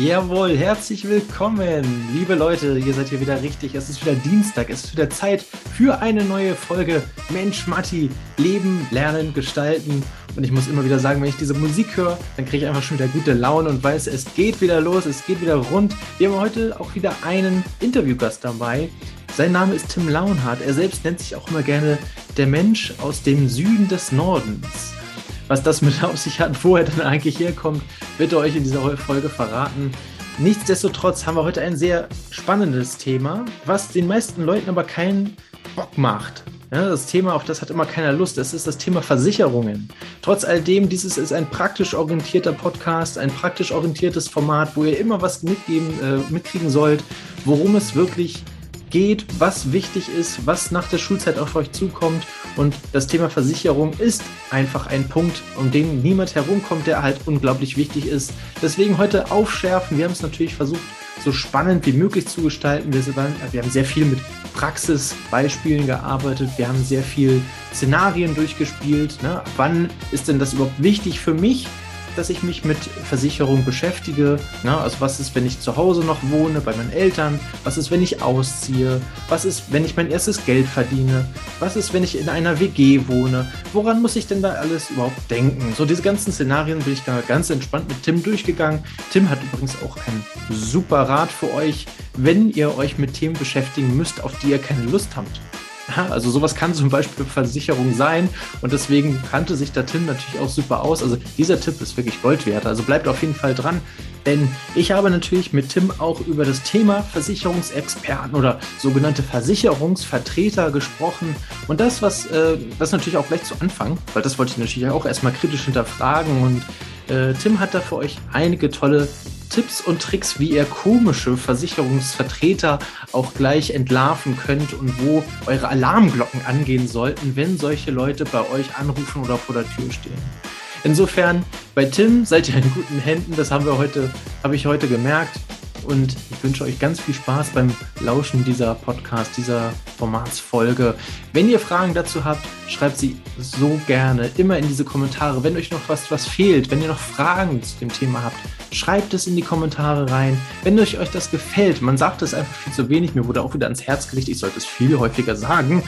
Jawohl, herzlich willkommen, liebe Leute, ihr seid hier wieder richtig, es ist wieder Dienstag, es ist wieder Zeit für eine neue Folge Mensch Matti, Leben, Lernen, Gestalten. Und ich muss immer wieder sagen, wenn ich diese Musik höre, dann kriege ich einfach schon wieder gute Laune und weiß, es geht wieder los, es geht wieder rund. Wir haben heute auch wieder einen Interviewgast dabei. Sein Name ist Tim Launhardt, er selbst nennt sich auch immer gerne der Mensch aus dem Süden des Nordens. Was das mit auf sich hat und wo er dann eigentlich herkommt, wird er euch in dieser Folge verraten. Nichtsdestotrotz haben wir heute ein sehr spannendes Thema, was den meisten Leuten aber keinen Bock macht. Ja, das Thema, auf das hat immer keiner Lust, das ist das Thema Versicherungen. Trotz alledem, dieses ist ein praktisch orientierter Podcast, ein praktisch orientiertes Format, wo ihr immer was mitkriegen sollt, worum es wirklich geht, was wichtig ist, was nach der Schulzeit auf euch zukommt. Und das Thema Versicherung ist einfach ein Punkt, um den niemand herumkommt, der halt unglaublich wichtig ist. Deswegen heute aufschärfen. Wir haben es natürlich versucht, so spannend wie möglich zu gestalten. Wir haben sehr viel mit Praxisbeispielen gearbeitet. Wir haben sehr viel Szenarien durchgespielt. Ne? Wann ist denn das überhaupt wichtig für mich, dass ich mich mit Versicherung beschäftige? Na, also was ist, wenn ich zu Hause noch wohne, bei meinen Eltern? Was ist, wenn ich ausziehe? Was ist, wenn ich mein erstes Geld verdiene? Was ist, wenn ich in einer WG wohne? Woran muss ich denn da alles überhaupt denken? So diese ganzen Szenarien bin ich da ganz entspannt mit Tim durchgegangen. Tim hat übrigens auch einen super Rat für euch, wenn ihr euch mit Themen beschäftigen müsst, auf die ihr keine Lust habt. Also sowas kann zum Beispiel Versicherung sein und deswegen kannte sich der Tim natürlich auch super aus. Also dieser Tipp ist wirklich Gold wert, also bleibt auf jeden Fall dran, denn ich habe natürlich mit Tim auch über das Thema Versicherungsexperten oder sogenannte Versicherungsvertreter gesprochen und das natürlich auch gleich zu Anfang, weil das wollte ich natürlich auch erstmal kritisch hinterfragen und Tim hat da für euch einige tolle Tipps und Tricks, wie ihr komische Versicherungsvertreter auch gleich entlarven könnt und wo eure Alarmglocken angehen sollten, wenn solche Leute bei euch anrufen oder vor der Tür stehen. Insofern, bei Tim seid ihr in guten Händen, das habe ich heute gemerkt und ich wünsche euch ganz viel Spaß beim Lauschen dieser Podcast, dieser Formatsfolge. Wenn ihr Fragen dazu habt, schreibt sie so gerne immer in diese Kommentare. Wenn euch noch was fehlt, wenn ihr noch Fragen zu dem Thema habt, schreibt es in die Kommentare rein. Wenn euch das gefällt, man sagt es einfach viel zu wenig, mir wurde auch wieder ans Herz gelegt, ich sollte es viel häufiger sagen.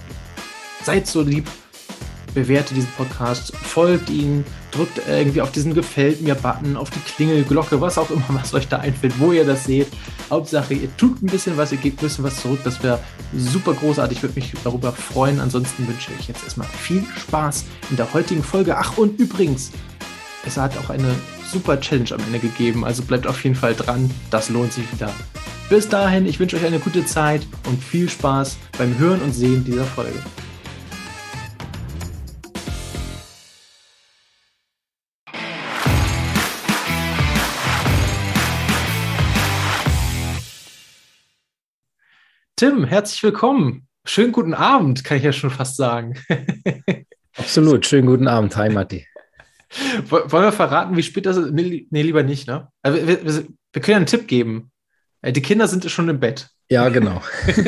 Seid so lieb, bewertet diesen Podcast, folgt ihn, drückt irgendwie auf diesen Gefällt-mir-Button, auf die Klingelglocke, was auch immer, was euch da einfällt, wo ihr das seht. Hauptsache, ihr tut ein bisschen was, ihr gebt ein bisschen was zurück, das wäre super großartig, ich würde mich darüber freuen. Ansonsten wünsche ich euch jetzt erstmal viel Spaß in der heutigen Folge. Ach, und übrigens, es hat auch eine super Challenge am Ende gegeben, also bleibt auf jeden Fall dran, das lohnt sich wieder. Bis dahin, ich wünsche euch eine gute Zeit und viel Spaß beim Hören und Sehen dieser Folge. Tim, herzlich willkommen. Schönen guten Abend, kann ich ja schon fast sagen. Absolut, schönen guten Abend. Hi, Matti. Wollen wir verraten, wie spät das ist? Nee, lieber nicht, ne? Also wir können ja einen Tipp geben. Die Kinder sind schon im Bett. Ja, genau.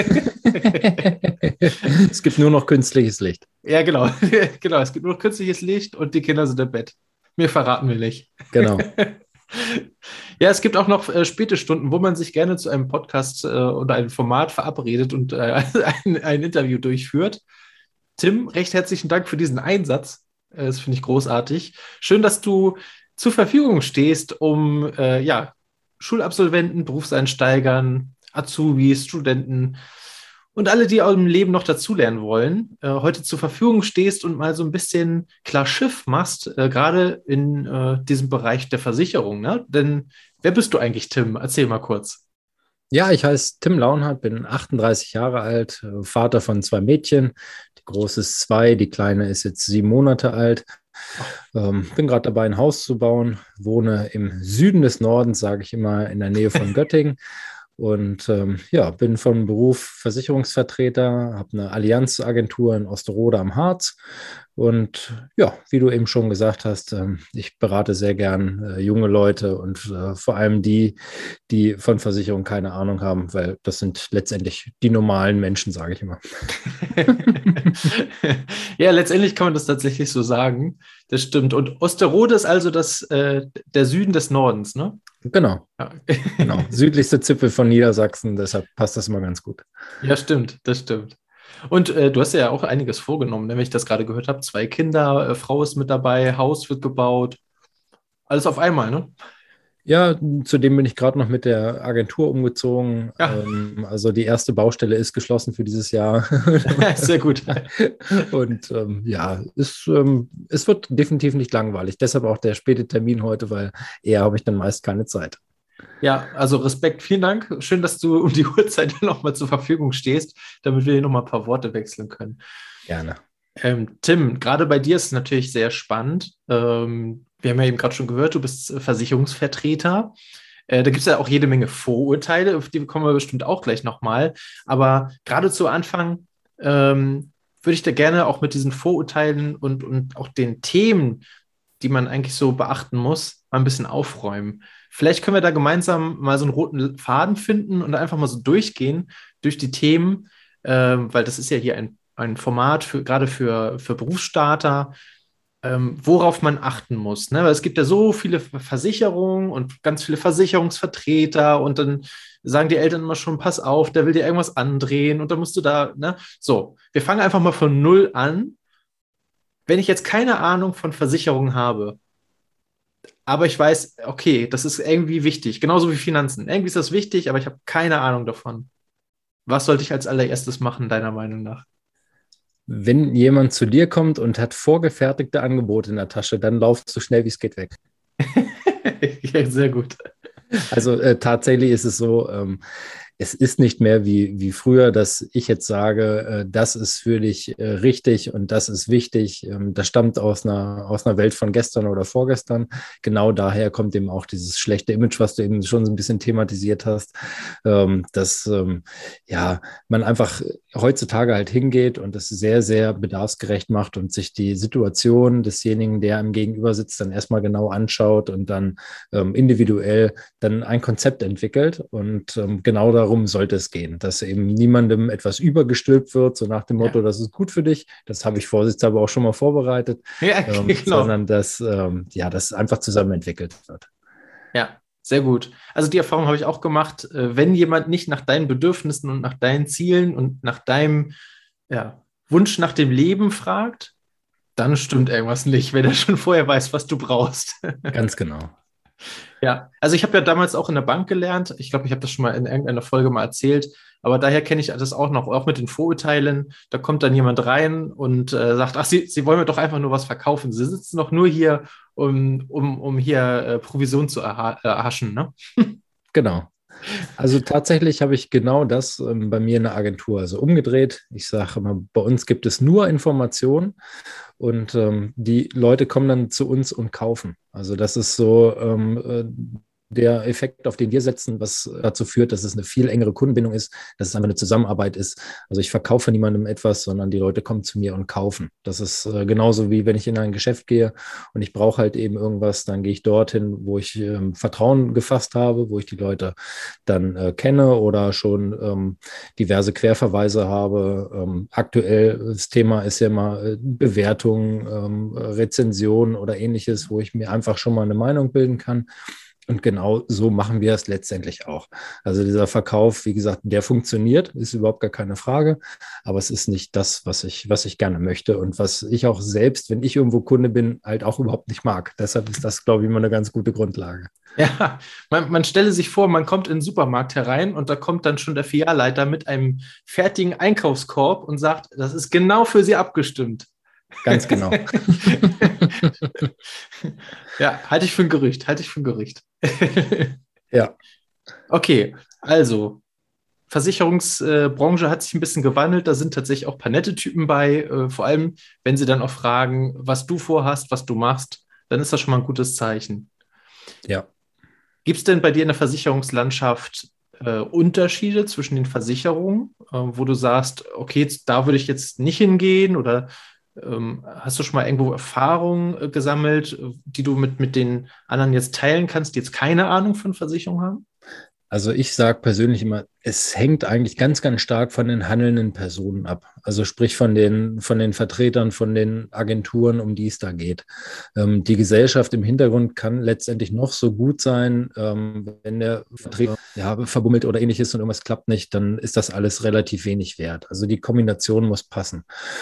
Es gibt nur noch künstliches Licht. Ja, genau. Genau, es gibt nur noch künstliches Licht und die Kinder sind im Bett. Mehr verraten wir nicht. Genau. Ja, es gibt auch noch späte Stunden, wo man sich gerne zu einem Podcast oder einem Format verabredet und ein Interview durchführt. Tim, recht herzlichen Dank für diesen Einsatz. Das finde ich großartig. Schön, dass du zur Verfügung stehst, um Schulabsolventen, Berufseinsteigern, Azubis, Studenten und alle, die auch im Leben noch dazulernen wollen, heute zur Verfügung stehst und mal so ein bisschen klar Schiff machst, gerade in diesem Bereich der Versicherung. Ne? Denn wer bist du eigentlich, Tim? Erzähl mal kurz. Ja, ich heiße Tim Launhardt, bin 38 Jahre alt, Vater von 2 Mädchen. Die große ist 2, die kleine ist jetzt 7 Monate alt. Bin gerade dabei, ein Haus zu bauen, wohne im Süden des Nordens, sage ich immer, in der Nähe von Göttingen. Und bin von Beruf Versicherungsvertreter, habe eine Allianzagentur in Osterode am Harz Und ja, wie du eben schon gesagt hast, ich berate sehr gern junge Leute und vor allem die, die von Versicherung keine Ahnung haben, weil das sind letztendlich die normalen Menschen, sage ich immer. Ja, letztendlich kann man das tatsächlich so sagen. Das stimmt. Und Osterode ist also der Süden des Nordens, ne? Genau, Ja. genau. Südlichste Zipfel von Niedersachsen, deshalb passt das immer ganz gut. Ja, stimmt, das stimmt. Und du hast ja auch einiges vorgenommen, ne, wenn ich das gerade gehört habe. 2 Kinder, Frau ist mit dabei, Haus wird gebaut. Alles auf einmal, ne? Ja, zudem bin ich gerade noch mit der Agentur umgezogen. Ja, Also die erste Baustelle ist geschlossen für dieses Jahr. sehr gut. Und ja, es wird definitiv nicht langweilig. Deshalb auch der späte Termin heute, weil eher habe ich dann meist keine Zeit. Ja, also Respekt, vielen Dank. Schön, dass du um die Uhrzeit nochmal zur Verfügung stehst, damit wir hier nochmal ein paar Worte wechseln können. Gerne. Tim, gerade bei dir ist es natürlich sehr spannend. Wir haben ja eben gerade schon gehört, du bist Versicherungsvertreter. Da gibt es ja auch jede Menge Vorurteile, auf die kommen wir bestimmt auch gleich nochmal. Aber gerade zu Anfang würde ich da gerne auch mit diesen Vorurteilen und auch den Themen, die man eigentlich so beachten muss, mal ein bisschen aufräumen. Vielleicht können wir da gemeinsam mal so einen roten Faden finden und einfach mal so durchgehen durch die Themen, weil das ist ja hier ein Format gerade für Berufsstarter, worauf man achten muss. Ne? Weil es gibt ja so viele Versicherungen und ganz viele Versicherungsvertreter und dann sagen die Eltern immer schon, pass auf, der will dir irgendwas andrehen und dann musst du da, ne? So, wir fangen einfach mal von null an. Wenn ich jetzt keine Ahnung von Versicherungen habe, aber ich weiß, okay, das ist irgendwie wichtig, genauso wie Finanzen. Irgendwie ist das wichtig, aber ich habe keine Ahnung davon. Was sollte ich als allererstes machen, deiner Meinung nach? Wenn jemand zu dir kommt und hat vorgefertigte Angebote in der Tasche, dann lauf so schnell wie es geht weg. Ja, sehr gut. Also tatsächlich ist es so, es ist nicht mehr wie früher, dass ich jetzt sage, das ist für dich richtig und das ist wichtig. Das stammt aus einer Welt von gestern oder vorgestern. Genau daher kommt eben auch dieses schlechte Image, was du eben schon so ein bisschen thematisiert hast, dass ja, man einfach heutzutage halt hingeht und es sehr, sehr bedarfsgerecht macht und sich die Situation desjenigen, der ihm gegenüber sitzt, dann erstmal genau anschaut und dann individuell dann ein Konzept entwickelt. Und genau darum sollte es gehen, dass eben niemandem etwas übergestülpt wird, so nach dem Motto, Ja, das ist gut für dich. Das habe ich vorsichtshalber auch schon mal vorbereitet, ja, genau. sondern dass ja, das einfach zusammen entwickelt wird. Ja, sehr gut. Also die Erfahrung habe ich auch gemacht, wenn jemand nicht nach deinen Bedürfnissen und nach deinen Zielen und nach deinem Wunsch nach dem Leben fragt, dann stimmt irgendwas nicht, wenn er schon vorher weiß, was du brauchst. Ganz genau. Ja, also ich habe ja damals auch in der Bank gelernt. Ich glaube, ich habe das schon mal in irgendeiner Folge mal erzählt. Aber daher kenne ich das auch noch, auch mit den Vorurteilen. Da kommt dann jemand rein und sagt, ach, Sie wollen mir doch einfach nur was verkaufen. Sie sitzen doch nur hier, um hier Provision zu erhaschen, ne? Genau. Also tatsächlich habe ich genau das bei mir in der Agentur, also umgedreht. Ich sage immer, bei uns gibt es nur Informationen und die Leute kommen dann zu uns und kaufen. Also das ist so der Effekt, auf den wir setzen, was dazu führt, dass es eine viel engere Kundenbindung ist, dass es einfach eine Zusammenarbeit ist. Also ich verkaufe niemandem etwas, sondern die Leute kommen zu mir und kaufen. Das ist genauso wie wenn ich in ein Geschäft gehe und ich brauche halt eben irgendwas, dann gehe ich dorthin, wo ich Vertrauen gefasst habe, wo ich die Leute dann kenne oder schon diverse Querverweise habe. Aktuell das Thema ist ja mal Bewertung, Rezension oder ähnliches, wo ich mir einfach schon mal eine Meinung bilden kann. Und genau so machen wir es letztendlich auch. Also dieser Verkauf, wie gesagt, der funktioniert, ist überhaupt gar keine Frage, aber es ist nicht das, was ich gerne möchte und was ich auch selbst, wenn ich irgendwo Kunde bin, halt auch überhaupt nicht mag. Deshalb ist das, glaube ich, immer eine ganz gute Grundlage. Ja, man stelle sich vor, man kommt in den Supermarkt herein und da kommt dann schon der Filialleiter mit einem fertigen Einkaufskorb und sagt, das ist genau für Sie abgestimmt. Ganz genau. Ja, halte ich für ein Gerücht, halte ich für ein Gerücht. Ja. Okay, also Versicherungsbranche hat sich ein bisschen gewandelt, da sind tatsächlich auch ein paar nette Typen bei, vor allem wenn sie dann auch fragen, was du vorhast, was du machst, dann ist das schon mal ein gutes Zeichen. Ja. Gibt es denn bei dir in der Versicherungslandschaft Unterschiede zwischen den Versicherungen, wo du sagst, okay, da würde ich jetzt nicht hingehen oder Hast du schon mal irgendwo Erfahrungen gesammelt, die du mit den anderen jetzt teilen kannst, die jetzt keine Ahnung von Versicherung haben? Also ich sage persönlich immer, es hängt eigentlich ganz, ganz stark von den handelnden Personen ab. Also sprich von den Vertretern, von den Agenturen, um die es da geht. Die Gesellschaft im Hintergrund kann letztendlich noch so gut sein. Wenn der Vertreter verbummelt oder ähnliches und irgendwas klappt nicht, dann ist das alles relativ wenig wert. Also die Kombination muss passen.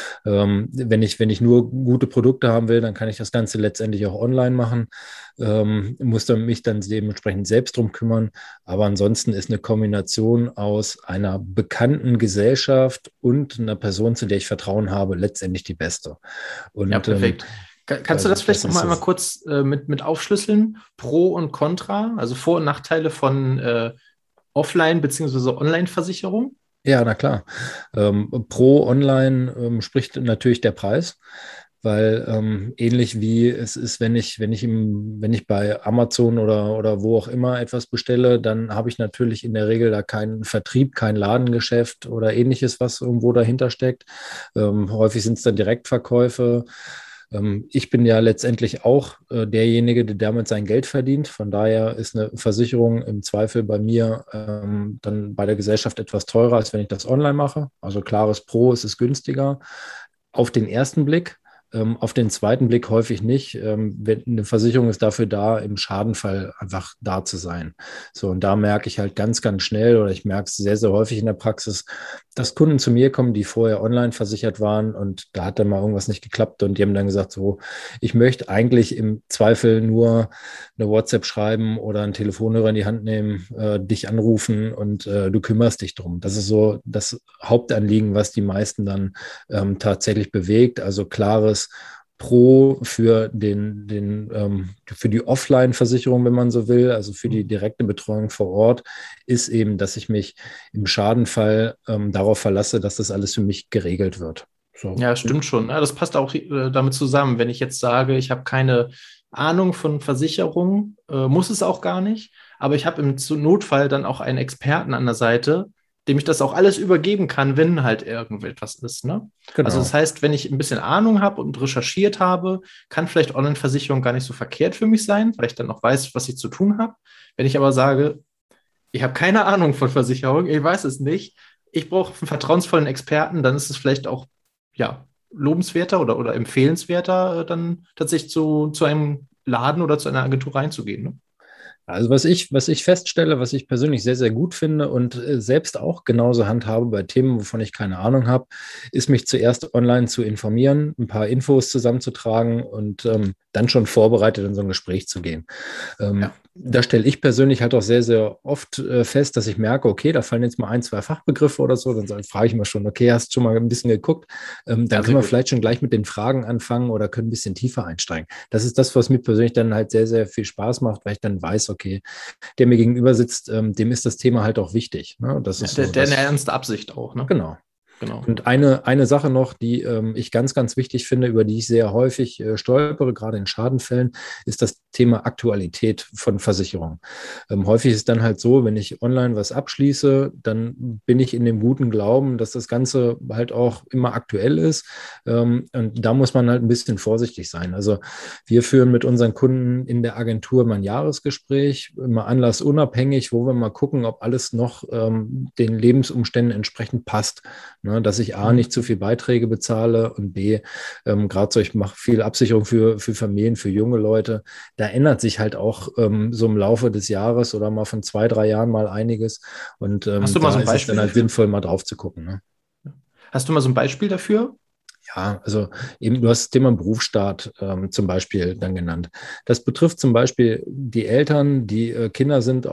Wenn ich nur gute Produkte haben will, dann kann ich das Ganze letztendlich auch online machen. Muss dann mich dann dementsprechend selbst drum kümmern. Aber ansonsten ist eine Kombination aus einer bekannten Gesellschaft und einer Person, zu der ich Vertrauen habe, letztendlich die beste. Und, Ja, perfekt. Kannst du das vielleicht noch mal einmal kurz mit aufschlüsseln? Pro und Contra, also Vor- und Nachteile von Offline- bzw. Online-Versicherung? Ja, na klar. Pro Online spricht natürlich der Preis, weil ähnlich wie es ist, wenn ich bei Amazon oder wo auch immer etwas bestelle, dann habe ich natürlich in der Regel da keinen Vertrieb, kein Ladengeschäft oder ähnliches, was irgendwo dahinter steckt. Häufig sind es dann Direktverkäufe. Ich bin ja letztendlich auch derjenige, der damit sein Geld verdient. Von daher ist eine Versicherung im Zweifel bei mir dann bei der Gesellschaft etwas teurer, als wenn ich das online mache. Also klares Pro, es ist günstiger auf den ersten Blick. Auf den zweiten Blick häufig nicht. Eine Versicherung ist dafür da, im Schadenfall einfach da zu sein. So, und da merke ich halt ganz, ganz schnell oder ich merke es sehr, sehr häufig in der Praxis, dass Kunden zu mir kommen, die vorher online versichert waren und da hat dann mal irgendwas nicht geklappt und die haben dann gesagt, so, ich möchte eigentlich im Zweifel nur eine WhatsApp schreiben oder einen Telefonhörer in die Hand nehmen, dich anrufen und du kümmerst dich drum. Das ist so das Hauptanliegen, was die meisten dann tatsächlich bewegt. Also klares Pro für für die Offline-Versicherung, wenn man so will, also für die direkte Betreuung vor Ort, ist eben, dass ich mich im Schadenfall darauf verlasse, dass das alles für mich geregelt wird. So. Ja, stimmt schon. Ja, das passt auch damit zusammen. Wenn ich jetzt sage, ich habe keine Ahnung von Versicherungen, muss es auch gar nicht, aber ich habe im Notfall dann auch einen Experten an der Seite, dem ich das auch alles übergeben kann, wenn halt irgendetwas ist. Ne? Also Genau. das heißt, wenn ich ein bisschen Ahnung habe und recherchiert habe, kann vielleicht Online-Versicherung gar nicht so verkehrt für mich sein, weil ich dann auch weiß, was ich zu tun habe. Wenn ich aber sage, ich habe keine Ahnung von Versicherung, ich weiß es nicht, ich brauche einen vertrauensvollen Experten, dann ist es vielleicht auch ja, lobenswerter oder empfehlenswerter, dann tatsächlich zu einem Laden oder zu einer Agentur reinzugehen. Ne? Also was ich feststelle, was ich persönlich sehr, sehr gut finde und selbst auch genauso handhabe bei Themen, wovon ich keine Ahnung habe, ist mich zuerst online zu informieren, ein paar Infos zusammenzutragen und dann schon vorbereitet in so ein Gespräch zu gehen. Ja. Da stelle ich persönlich halt auch sehr, sehr oft fest, dass ich merke, okay, da fallen jetzt mal ein, zwei Fachbegriffe oder so, dann frage ich mal schon, okay, hast du schon mal ein bisschen geguckt? Dann Ja, können wir gut. vielleicht schon gleich mit den Fragen anfangen oder können ein bisschen tiefer einsteigen. Das ist das, was mir persönlich dann halt sehr, sehr viel Spaß macht, weil ich dann weiß, okay, der mir gegenüber sitzt, dem ist das Thema halt auch wichtig. Ne? Das ist so, Der eine ernste Absicht auch. Ne? genau. Genau. Und eine Sache noch, die ich ganz, ganz wichtig finde, über die ich sehr häufig stolpere, gerade in Schadenfällen, ist das Thema Aktualität von Versicherungen. Häufig ist es dann halt so, wenn ich online was abschließe, dann bin ich in dem guten Glauben, dass das Ganze halt auch immer aktuell ist. Und da muss man halt ein bisschen vorsichtig sein. Also wir führen mit unseren Kunden in der Agentur mal ein Jahresgespräch, immer anlassunabhängig, wo wir mal gucken, ob alles noch den Lebensumständen entsprechend passt. Ne, dass ich A, nicht zu viel Beiträge bezahle und B, gerade so, ich mache viel Absicherung für Familien, für junge Leute. Da ändert sich halt auch so im Laufe des Jahres oder mal von 2, 3 Jahren mal einiges. Und Hast du mal da so ein ist es dann Beispiel halt dafür? sinnvoll, mal drauf zu gucken. Ne? Hast du mal so ein Beispiel dafür? Ja, also eben, du hast das Thema Berufsstart zum Beispiel dann genannt. Das betrifft zum Beispiel die Eltern, die Kinder sind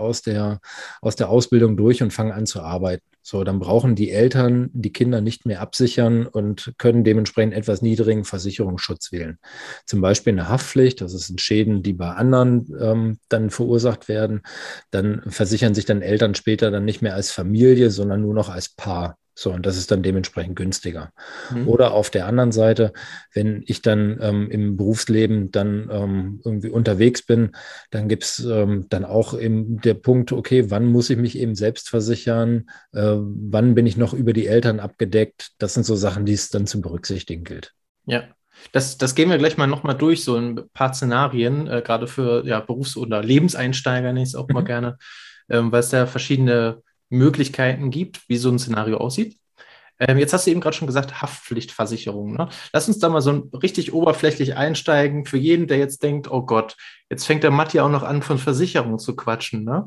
aus der Ausbildung durch und fangen an zu arbeiten. So, dann brauchen die Eltern die Kinder nicht mehr absichern und können dementsprechend etwas niedrigen Versicherungsschutz wählen. Zum Beispiel eine Haftpflicht, das sind Schäden, die bei anderen dann verursacht werden. Dann versichern sich dann Eltern später dann nicht mehr als Familie, sondern nur noch als Paar. So, und das ist dann dementsprechend günstiger. Mhm. Oder auf der anderen Seite, wenn ich dann im Berufsleben dann irgendwie unterwegs bin, dann gibt es dann auch eben der Punkt, okay, wann muss ich mich eben selbst versichern? Wann bin ich noch über die Eltern abgedeckt? Das sind so Sachen, die es dann zu berücksichtigen gilt. Ja, das gehen wir gleich mal nochmal durch, so ein paar Szenarien, gerade für ja, Berufs- oder Lebenseinsteiger, nenne ich es auch mal Mhm. gerne, weil es da verschiedene Möglichkeiten gibt, wie so ein Szenario aussieht. Jetzt hast du eben gerade schon gesagt, Haftpflichtversicherung. Ne? Lass uns da mal so richtig oberflächlich einsteigen. Für jeden, der jetzt denkt, oh Gott, jetzt fängt der Matti auch noch an, von Versicherung zu quatschen. Ne?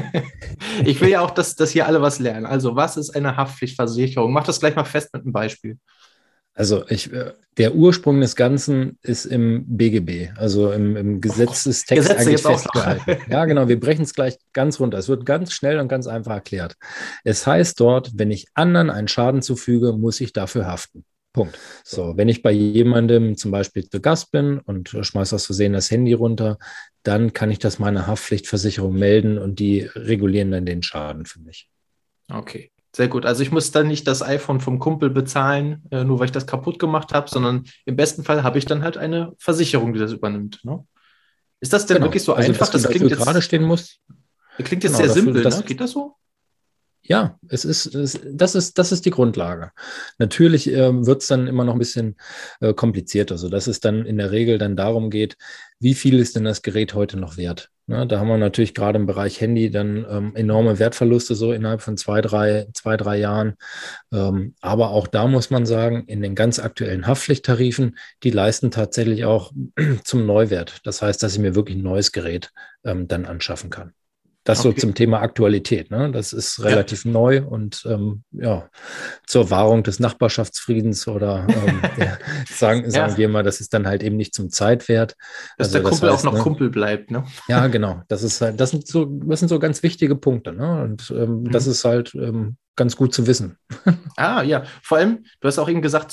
Ich will ja auch, dass hier alle was lernen. Also, was ist eine Haftpflichtversicherung? Mach das gleich mal fest mit einem Beispiel. Also der Ursprung des Ganzen ist im BGB, also im Oh, Gesetzestext Gesetze eigentlich jetzt auch noch. festgehalten. Ja, genau, wir brechen es gleich ganz runter. Es wird ganz schnell und ganz einfach erklärt. Es heißt dort, wenn ich anderen einen Schaden zufüge, muss ich dafür haften. Punkt. So. So, wenn ich bei jemandem zum Beispiel zu Gast bin und schmeiße aus Versehen das Handy runter, dann kann ich das meiner Haftpflichtversicherung melden und die regulieren dann den Schaden für mich. Okay, sehr gut. Also ich muss dann nicht das iPhone vom Kumpel bezahlen, nur weil ich das kaputt gemacht habe, sondern im besten Fall habe ich dann halt eine Versicherung, die das übernimmt. Ne? Ist das denn Genau. wirklich so Also, einfach? dass du dafür gerade stehen musst, Klingt jetzt genau, sehr dafür, simpel, ne? das Geht das so? ja, das ist die Grundlage. Natürlich wird es dann immer noch ein bisschen komplizierter, sodass es dann in der Regel dann darum geht, wie viel ist denn das Gerät heute noch wert? Ne, da haben wir natürlich gerade im Bereich Handy dann enorme Wertverluste so innerhalb von zwei, drei Jahren. Aber auch da muss man sagen, in den ganz aktuellen Haftpflichttarifen, die leisten tatsächlich auch zum Neuwert. Das heißt, dass ich mir wirklich ein neues Gerät dann anschaffen kann. Das so Okay. zum Thema Aktualität. Ne? Das ist Ja. relativ neu und ja, zur Wahrung des Nachbarschaftsfriedens oder ja, sagen Ja, wir mal, das ist dann halt eben nicht zum Zeitwert. dass der Also das Kumpel auch heißt, noch ne, Kumpel bleibt, ne? ja, genau, das ist halt, das sind so ganz wichtige Punkte. Ne? Und das Mhm. ist halt ganz gut zu wissen. Ah, ja. Vor allem, du hast auch eben gesagt,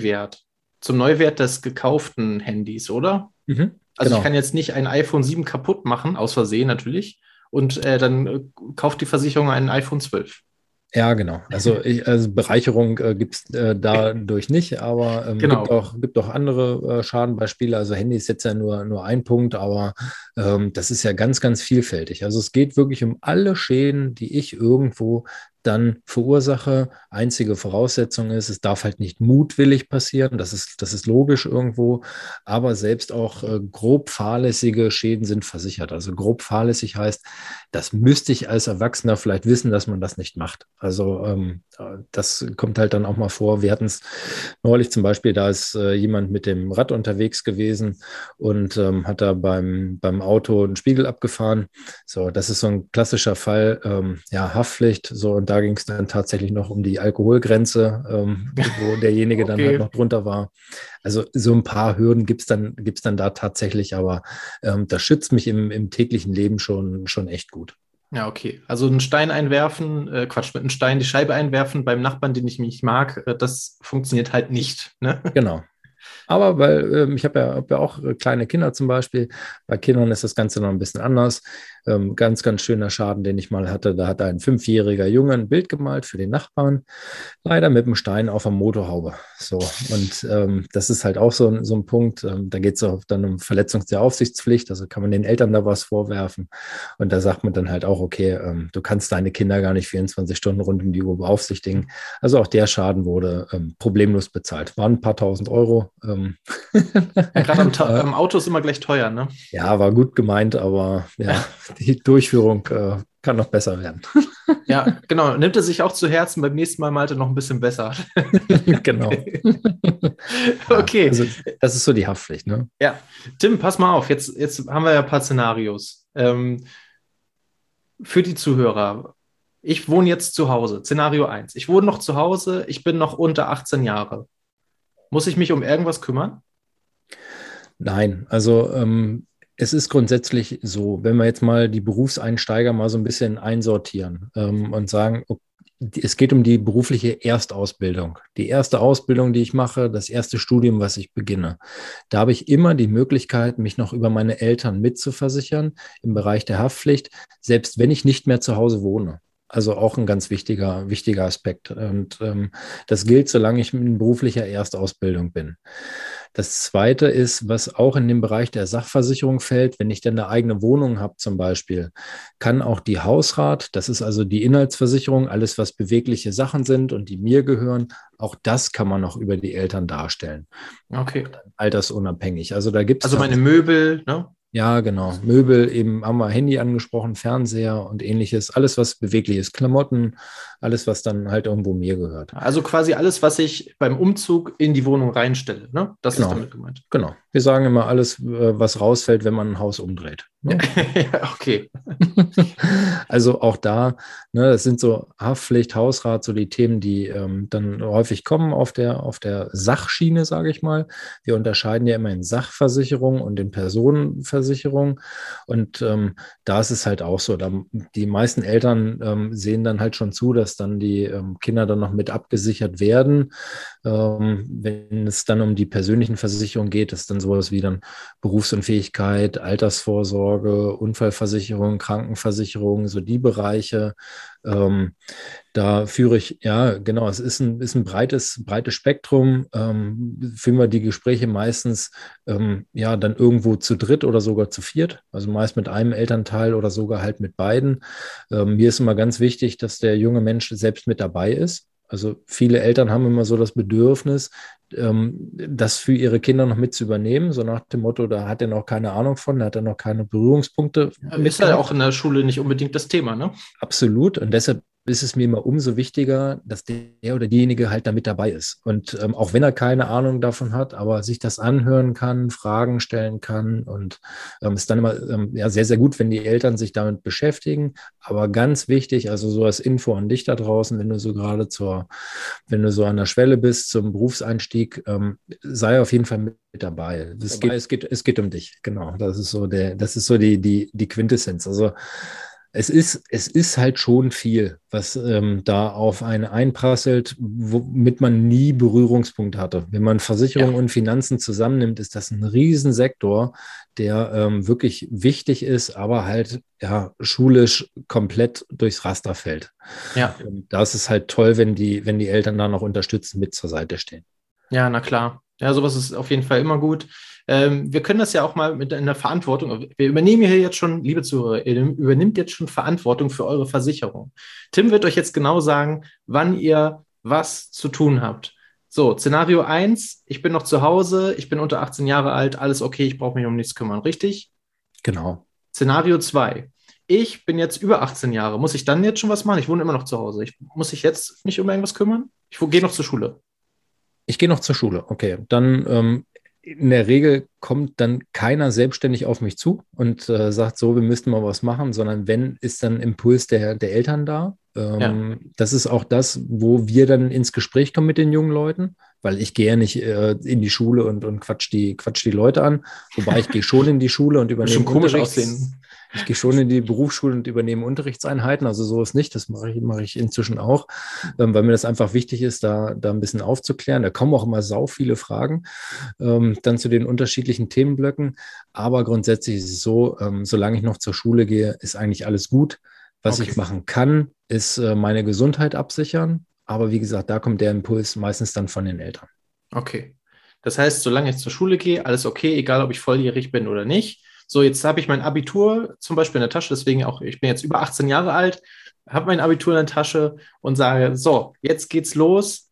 zum Neuwert des gekauften Handys, oder? Mhm, Also ich kann genau. jetzt nicht ein iPhone 7 kaputt machen, aus Versehen natürlich, und dann kauft die Versicherung ein iPhone 12. Ja, genau. Also Bereicherung gibt es dadurch nicht, aber Genau. gibt auch andere Schadenbeispiele. Also Handy ist jetzt ja nur ein Punkt, aber das ist ja ganz, ganz vielfältig. Also es geht wirklich um alle Schäden, die ich irgendwo dann verursache. Einzige Voraussetzung ist, es darf halt nicht mutwillig passieren. Das ist logisch irgendwo. Aber selbst auch grob fahrlässige Schäden sind versichert. Also grob fahrlässig heißt, das müsste ich als Erwachsener vielleicht wissen, dass man das nicht macht. Also das kommt halt dann auch mal vor. Wir hatten es neulich zum Beispiel, da ist jemand mit dem Rad unterwegs gewesen und hat da beim Auto einen Spiegel abgefahren. So, das ist so ein klassischer Fall, ja, Haftpflicht. So, und da ging es dann tatsächlich noch um die Alkoholgrenze, wo derjenige dann halt Okay. noch drunter war. Also so ein paar Hürden gibt's dann da tatsächlich, aber das schützt mich im täglichen Leben schon echt gut. Ja, okay. Also einen Stein einwerfen, Quatsch, mit einem Stein die Scheibe einwerfen beim Nachbarn, den ich nicht mag, das funktioniert halt nicht. Ne? Genau. Aber weil ich hab ja auch kleine Kinder zum Beispiel. Bei Kindern ist das Ganze noch ein bisschen anders. Ganz schöner Schaden, den ich mal hatte. Da hat ein 5-jähriger Junge ein Bild gemalt für den Nachbarn. Leider mit einem Stein auf der Motorhaube. So. Und das ist halt auch so ein Punkt. Da geht es auch dann um Verletzung der Aufsichtspflicht. Also kann man den Eltern da was vorwerfen. Und da sagt man dann halt auch, okay, du kannst deine Kinder gar nicht 24 Stunden rund um die Uhr beaufsichtigen. Also auch der Schaden wurde problemlos bezahlt. Waren ein paar tausend Euro. Ja, gerade am Auto ist immer gleich teuer, ne? Ja, war gut gemeint, aber ja, die Durchführung kann noch besser werden. Ja, genau. Nimmt er sich auch zu Herzen, beim nächsten Mal malt er noch ein bisschen besser. Genau. Ja, Okay. also das ist so die Haftpflicht, ne? Ja, Tim, pass mal auf. Jetzt haben wir ja ein paar Szenarios. Für die Zuhörer. Ich wohne jetzt zu Hause. Szenario eins. Ich wohne noch zu Hause. Ich bin noch unter 18 Jahre. Muss ich mich um irgendwas kümmern? Nein, also es ist grundsätzlich so, wenn wir jetzt mal die Berufseinsteiger mal so ein bisschen einsortieren und sagen, okay, es geht um die berufliche Erstausbildung. Die erste Ausbildung, die ich mache, das erste Studium, was ich beginne. Da habe ich immer die Möglichkeit, mich noch über meine Eltern mitzuversichern im Bereich der Haftpflicht, selbst wenn ich nicht mehr zu Hause wohne. Also auch ein ganz wichtiger Aspekt. Und das gilt, solange ich in beruflicher Erstausbildung bin. Das Zweite ist, was auch in den Bereich der Sachversicherung fällt, wenn ich dann eine eigene Wohnung habe zum Beispiel, kann auch die Hausrat, das ist also die Inhaltsversicherung, alles was bewegliche Sachen sind und die mir gehören, auch das kann man noch über die Eltern darstellen. Okay. Altersunabhängig. Also da gibt es Also meine Möbel, ne? ja, genau. Möbel, eben haben wir Handy angesprochen, Fernseher und ähnliches. Alles, was beweglich ist, Klamotten, alles, was dann halt irgendwo mir gehört. Also quasi alles, was ich beim Umzug in die Wohnung reinstelle, ne? Das ist damit gemeint. Genau. Wir sagen immer alles, was rausfällt, wenn man ein Haus umdreht. Ne? Ja, okay. Also auch da, ne, das sind so Haftpflicht, Hausrat, so die Themen, die dann häufig kommen auf der Sachschiene, sage ich mal. Wir unterscheiden ja immer in Sachversicherung und in Personenversicherung. Und da ist es halt auch so, die meisten Eltern sehen dann halt schon zu, dass dann die Kinder dann noch mit abgesichert werden. Wenn es dann um die persönlichen Versicherungen geht, ist dann sowas wie dann Berufsunfähigkeit, Altersvorsorge, Unfallversicherung, Krankenversicherung, so die Bereiche. Da führe ich, ja, genau, es ist ein breites Spektrum. Führen wir die Gespräche meistens ja dann irgendwo zu dritt oder sogar zu viert, also meist mit einem Elternteil oder sogar halt mit beiden. Mir ist immer ganz wichtig, dass der junge Mensch selbst mit dabei ist. Also viele Eltern haben immer so das Bedürfnis, das für ihre Kinder noch mit zu übernehmen, so nach dem Motto, da hat er noch keine Ahnung von, da hat er noch keine Berührungspunkte. Ist ja auch in der Schule nicht unbedingt das Thema, ne? Absolut. Und deshalb ist es mir immer umso wichtiger, dass der oder diejenige halt da mit dabei ist. Und auch wenn er keine Ahnung davon hat, aber sich das anhören kann, Fragen stellen kann. Und ist dann immer ja, sehr, sehr gut, wenn die Eltern sich damit beschäftigen. Aber ganz wichtig, also so als Info an dich da draußen, wenn du so gerade wenn du so an der Schwelle bist zum Berufseinstieg, sei auf jeden Fall mit dabei. Es geht um dich, genau. Das ist so die Quintessenz. Also es ist halt schon viel, was da auf einen einprasselt, womit man nie Berührungspunkt hatte. Wenn man Versicherung und Finanzen zusammennimmt, ist das ein Riesensektor, der wirklich wichtig ist, aber halt ja schulisch komplett durchs Raster fällt. Ja. Und da ist es halt toll, wenn die Eltern da noch unterstützend mit zur Seite stehen. Ja, na klar. Ja, sowas ist auf jeden Fall immer gut. Wir können das ja auch mal mit in der Verantwortung. Wir übernehmen hier jetzt schon, liebe Zuhörer, ihr übernimmt jetzt schon Verantwortung für eure Versicherung. Tim wird euch jetzt genau sagen, wann ihr was zu tun habt. So, Szenario 1, ich bin noch zu Hause, ich bin unter 18 Jahre alt, alles okay, ich brauche mich um nichts kümmern, richtig? Genau. Szenario 2, ich bin jetzt über 18 Jahre, muss ich dann jetzt schon was machen? Ich wohne immer noch zu Hause. Muss ich jetzt mich um irgendwas kümmern? Ich gehe noch zur Schule. Ich gehe noch zur Schule, okay. Dann in der Regel kommt dann keiner selbstständig auf mich zu und sagt so, wir müssten mal was machen, sondern wenn, ist dann Impuls der Eltern da. Das ist auch das, wo wir dann ins Gespräch kommen mit den jungen Leuten, weil ich gehe ja nicht in die Schule und quatsch die Leute an, wobei ich gehe schon in die Schule und übernehme aussehen. Ich gehe schon in die Berufsschule und übernehme Unterrichtseinheiten, also so ist nicht, das mache ich inzwischen auch, weil mir das einfach wichtig ist, da ein bisschen aufzuklären. Da kommen auch immer sau viele Fragen dann zu den unterschiedlichen Themenblöcken, aber grundsätzlich ist es so, solange ich noch zur Schule gehe, ist eigentlich alles gut. Was ich machen kann, ist meine Gesundheit absichern, aber wie gesagt, da kommt der Impuls meistens dann von den Eltern. Okay, das heißt, solange ich zur Schule gehe, alles okay, egal ob ich volljährig bin oder nicht. So, jetzt habe ich mein Abitur zum Beispiel in der Tasche, deswegen auch, ich bin jetzt über 18 Jahre alt, habe mein Abitur in der Tasche und sage, so, jetzt geht's los.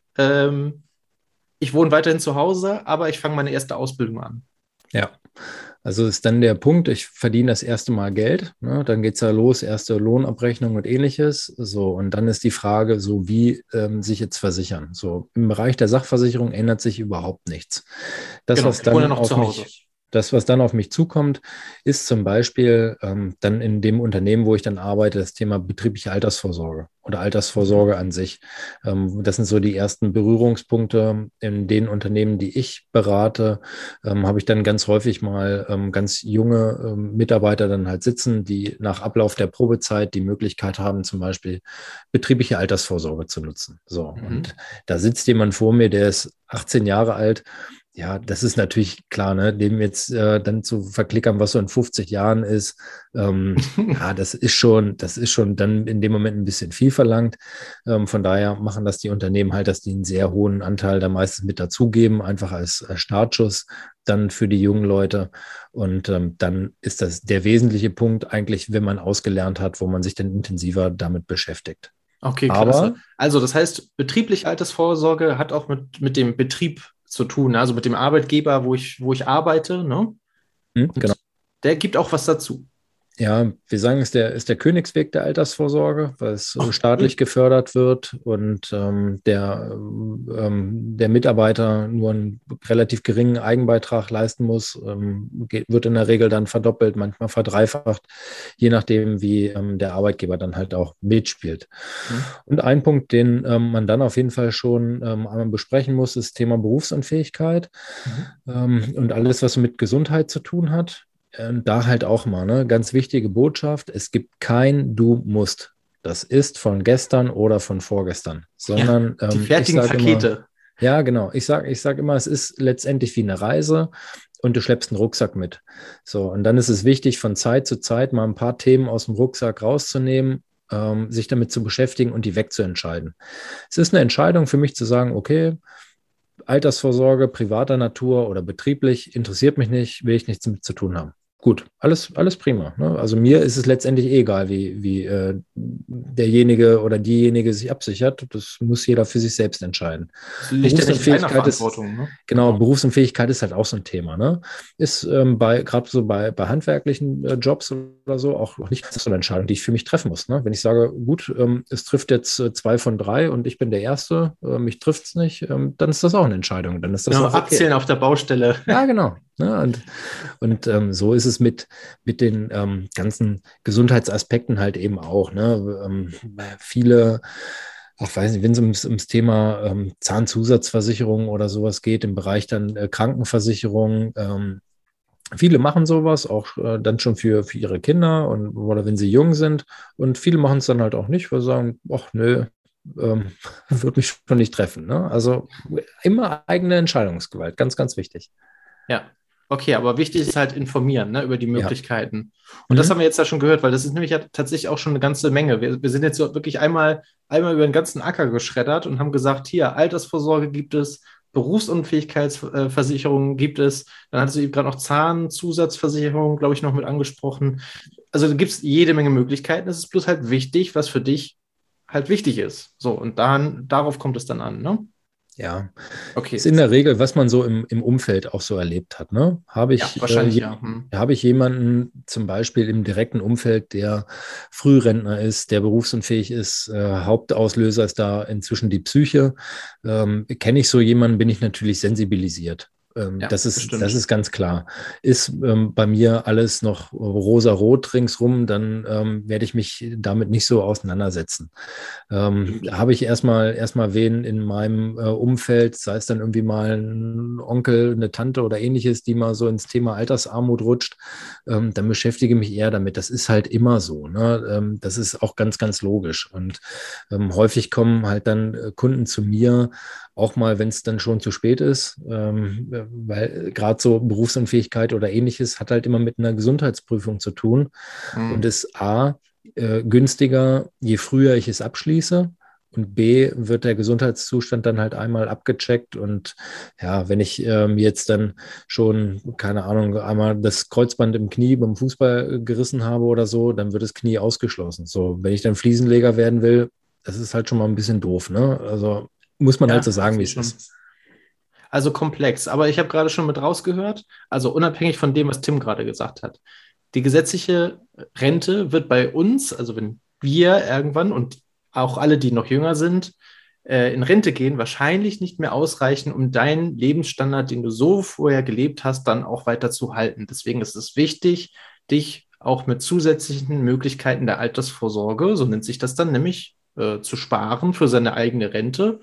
Ich wohne weiterhin zu Hause, aber ich fange meine erste Ausbildung an. Ja, also ist dann der Punkt, ich verdiene das erste Mal Geld, ne? Dann geht es ja los, erste Lohnabrechnung und ähnliches. So, und dann ist die Frage, so wie sich jetzt versichern. So, im Bereich der Sachversicherung ändert sich überhaupt nichts. Das, was dann was dann auf mich zukommt, ist zum Beispiel dann in dem Unternehmen, wo ich dann arbeite, das Thema betriebliche Altersvorsorge oder Altersvorsorge an sich. Das sind so die ersten Berührungspunkte in den Unternehmen, die ich berate. Habe ich dann ganz häufig mal ganz junge Mitarbeiter dann halt sitzen, die nach Ablauf der Probezeit die Möglichkeit haben, zum Beispiel betriebliche Altersvorsorge zu nutzen. So, und da sitzt jemand vor mir, der ist 18 Jahre alt Ja, das ist natürlich klar, ne? Dem jetzt dann zu verklickern, was so in 50 Jahren ist, ja, das ist schon dann in dem Moment ein bisschen viel verlangt. Von daher machen das die Unternehmen halt, dass die einen sehr hohen Anteil da meistens mit dazugeben, einfach als Startschuss dann für die jungen Leute. Und dann ist das der wesentliche Punkt eigentlich, wenn man ausgelernt hat, wo man sich dann intensiver damit beschäftigt. Okay, klasse. Aber Also das heißt, betriebliche Altersvorsorge hat auch mit dem Betrieb zu tun, ne? Also mit dem Arbeitgeber, wo ich arbeite, ne? genau. Und der gibt auch was dazu. Ja, wir sagen, es ist der Königsweg der Altersvorsorge, weil es Ach, staatlich cool. gefördert wird und der Mitarbeiter nur einen relativ geringen Eigenbeitrag leisten muss, wird in der Regel dann verdoppelt, manchmal verdreifacht, je nachdem, wie der Arbeitgeber dann halt auch mitspielt. Hm. Und ein Punkt, den man dann auf jeden Fall schon einmal besprechen muss, ist das Thema Berufsunfähigkeit Mhm. und alles, was mit Gesundheit zu tun hat. Da halt auch mal, ne? Ganz wichtige Botschaft, es gibt kein Du musst. Das ist von gestern oder von vorgestern, Ja, sondern die ich fertigen sage immer, Pakete. ja, genau, ich sag immer, es ist letztendlich wie eine Reise und du schleppst einen Rucksack mit. So, und dann ist es wichtig, von Zeit zu Zeit mal ein paar Themen aus dem Rucksack rauszunehmen, sich damit zu beschäftigen und die wegzuentscheiden. Es ist eine Entscheidung für mich zu sagen, okay, Altersvorsorge privater Natur oder betrieblich interessiert mich nicht, will ich nichts mit zu tun haben. Gut, alles prima. Ne? Also mir ist es letztendlich eh egal, wie derjenige oder diejenige sich absichert. Das muss jeder für sich selbst entscheiden. Das liegt ja nicht in deiner Berufsunfähigkeit ist, Verantwortung, ne? genau, Genau. Berufsunfähigkeit ist halt auch so ein Thema. Ne? Ist gerade so bei handwerklichen Jobs oder so auch nicht so eine Entscheidung, die ich für mich treffen muss. Ne? Wenn ich sage, gut, es trifft jetzt 2 von 3 und ich bin der Erste, mich trifft es nicht, dann ist das auch eine Entscheidung. Dann ist das Genau, auch okay. abzählen auf der Baustelle. Ja, genau. Ne? Und so ist es mit den ganzen Gesundheitsaspekten halt eben auch. Ne? Viele, ach weiß nicht, wenn es ums Thema Zahnzusatzversicherung oder sowas geht, im Bereich dann Krankenversicherung, viele machen sowas auch dann schon für ihre Kinder und oder wenn sie jung sind. Und viele machen es dann halt auch nicht, weil sie sagen, ach nö, wird mich schon nicht treffen. Ne? Also immer eigene Entscheidungsgewalt, ganz, ganz wichtig. Ja, okay, aber wichtig ist halt informieren, ne, über die Ja. Möglichkeiten. Und das haben Mhm. wir jetzt ja schon gehört, weil das ist nämlich ja tatsächlich auch schon eine ganze Menge. Wir sind jetzt so wirklich einmal über den ganzen Acker geschreddert und haben gesagt, hier, Altersvorsorge gibt es, Berufsunfähigkeitsversicherung gibt es, dann hattest du eben gerade noch Zahnzusatzversicherung, glaube ich, noch mit angesprochen. Also da gibt es jede Menge Möglichkeiten. Es ist bloß halt wichtig, was für dich halt wichtig ist. So, und darauf kommt es dann an, ne? Ja, ist Okay. in der Regel, was man so im Umfeld auch so erlebt hat. Ne? Ja, wahrscheinlich ja. Hm. Habe ich jemanden zum Beispiel im direkten Umfeld, der Frührentner ist, der berufsunfähig ist, Hauptauslöser ist da inzwischen die Psyche. Kenne ich so jemanden, bin ich natürlich sensibilisiert. Ja, Das bestimmt. ist ganz klar. Ist bei mir alles noch rosa-rot ringsrum, dann werde ich mich damit nicht so auseinandersetzen. Stimmt. Da habe ich erstmal wen in meinem Umfeld, sei es dann irgendwie mal ein Onkel, eine Tante oder ähnliches, die mal so ins Thema Altersarmut rutscht, dann beschäftige mich eher damit. Das ist halt immer so. Ne? Das ist auch ganz, ganz logisch. Und häufig kommen halt dann Kunden zu mir, auch mal, wenn es dann schon zu spät ist, weil gerade so Berufsunfähigkeit oder ähnliches hat halt immer mit einer Gesundheitsprüfung zu tun und Hm. ist günstiger, je früher ich es abschließe. Und B, wird der Gesundheitszustand dann halt einmal abgecheckt. Und ja, wenn ich mir jetzt dann schon, keine Ahnung, einmal das Kreuzband im Knie beim Fußball gerissen habe oder so, dann wird das Knie ausgeschlossen. So, wenn ich dann Fliesenleger werden will, das ist halt schon mal ein bisschen doof, ne? Also muss man halt so Ja, ich sagen, wie sehe es schon. ist. Also komplex. Aber ich habe gerade schon mit rausgehört, also unabhängig von dem, was Tim gerade gesagt hat. Die gesetzliche Rente wird bei uns, also wenn wir irgendwann und auch alle, die noch jünger sind, in Rente gehen, wahrscheinlich nicht mehr ausreichen, um deinen Lebensstandard, den du so vorher gelebt hast, dann auch weiter zu halten. Deswegen ist es wichtig, dich auch mit zusätzlichen Möglichkeiten der Altersvorsorge, so nennt sich das dann, nämlich zu sparen für seine eigene Rente,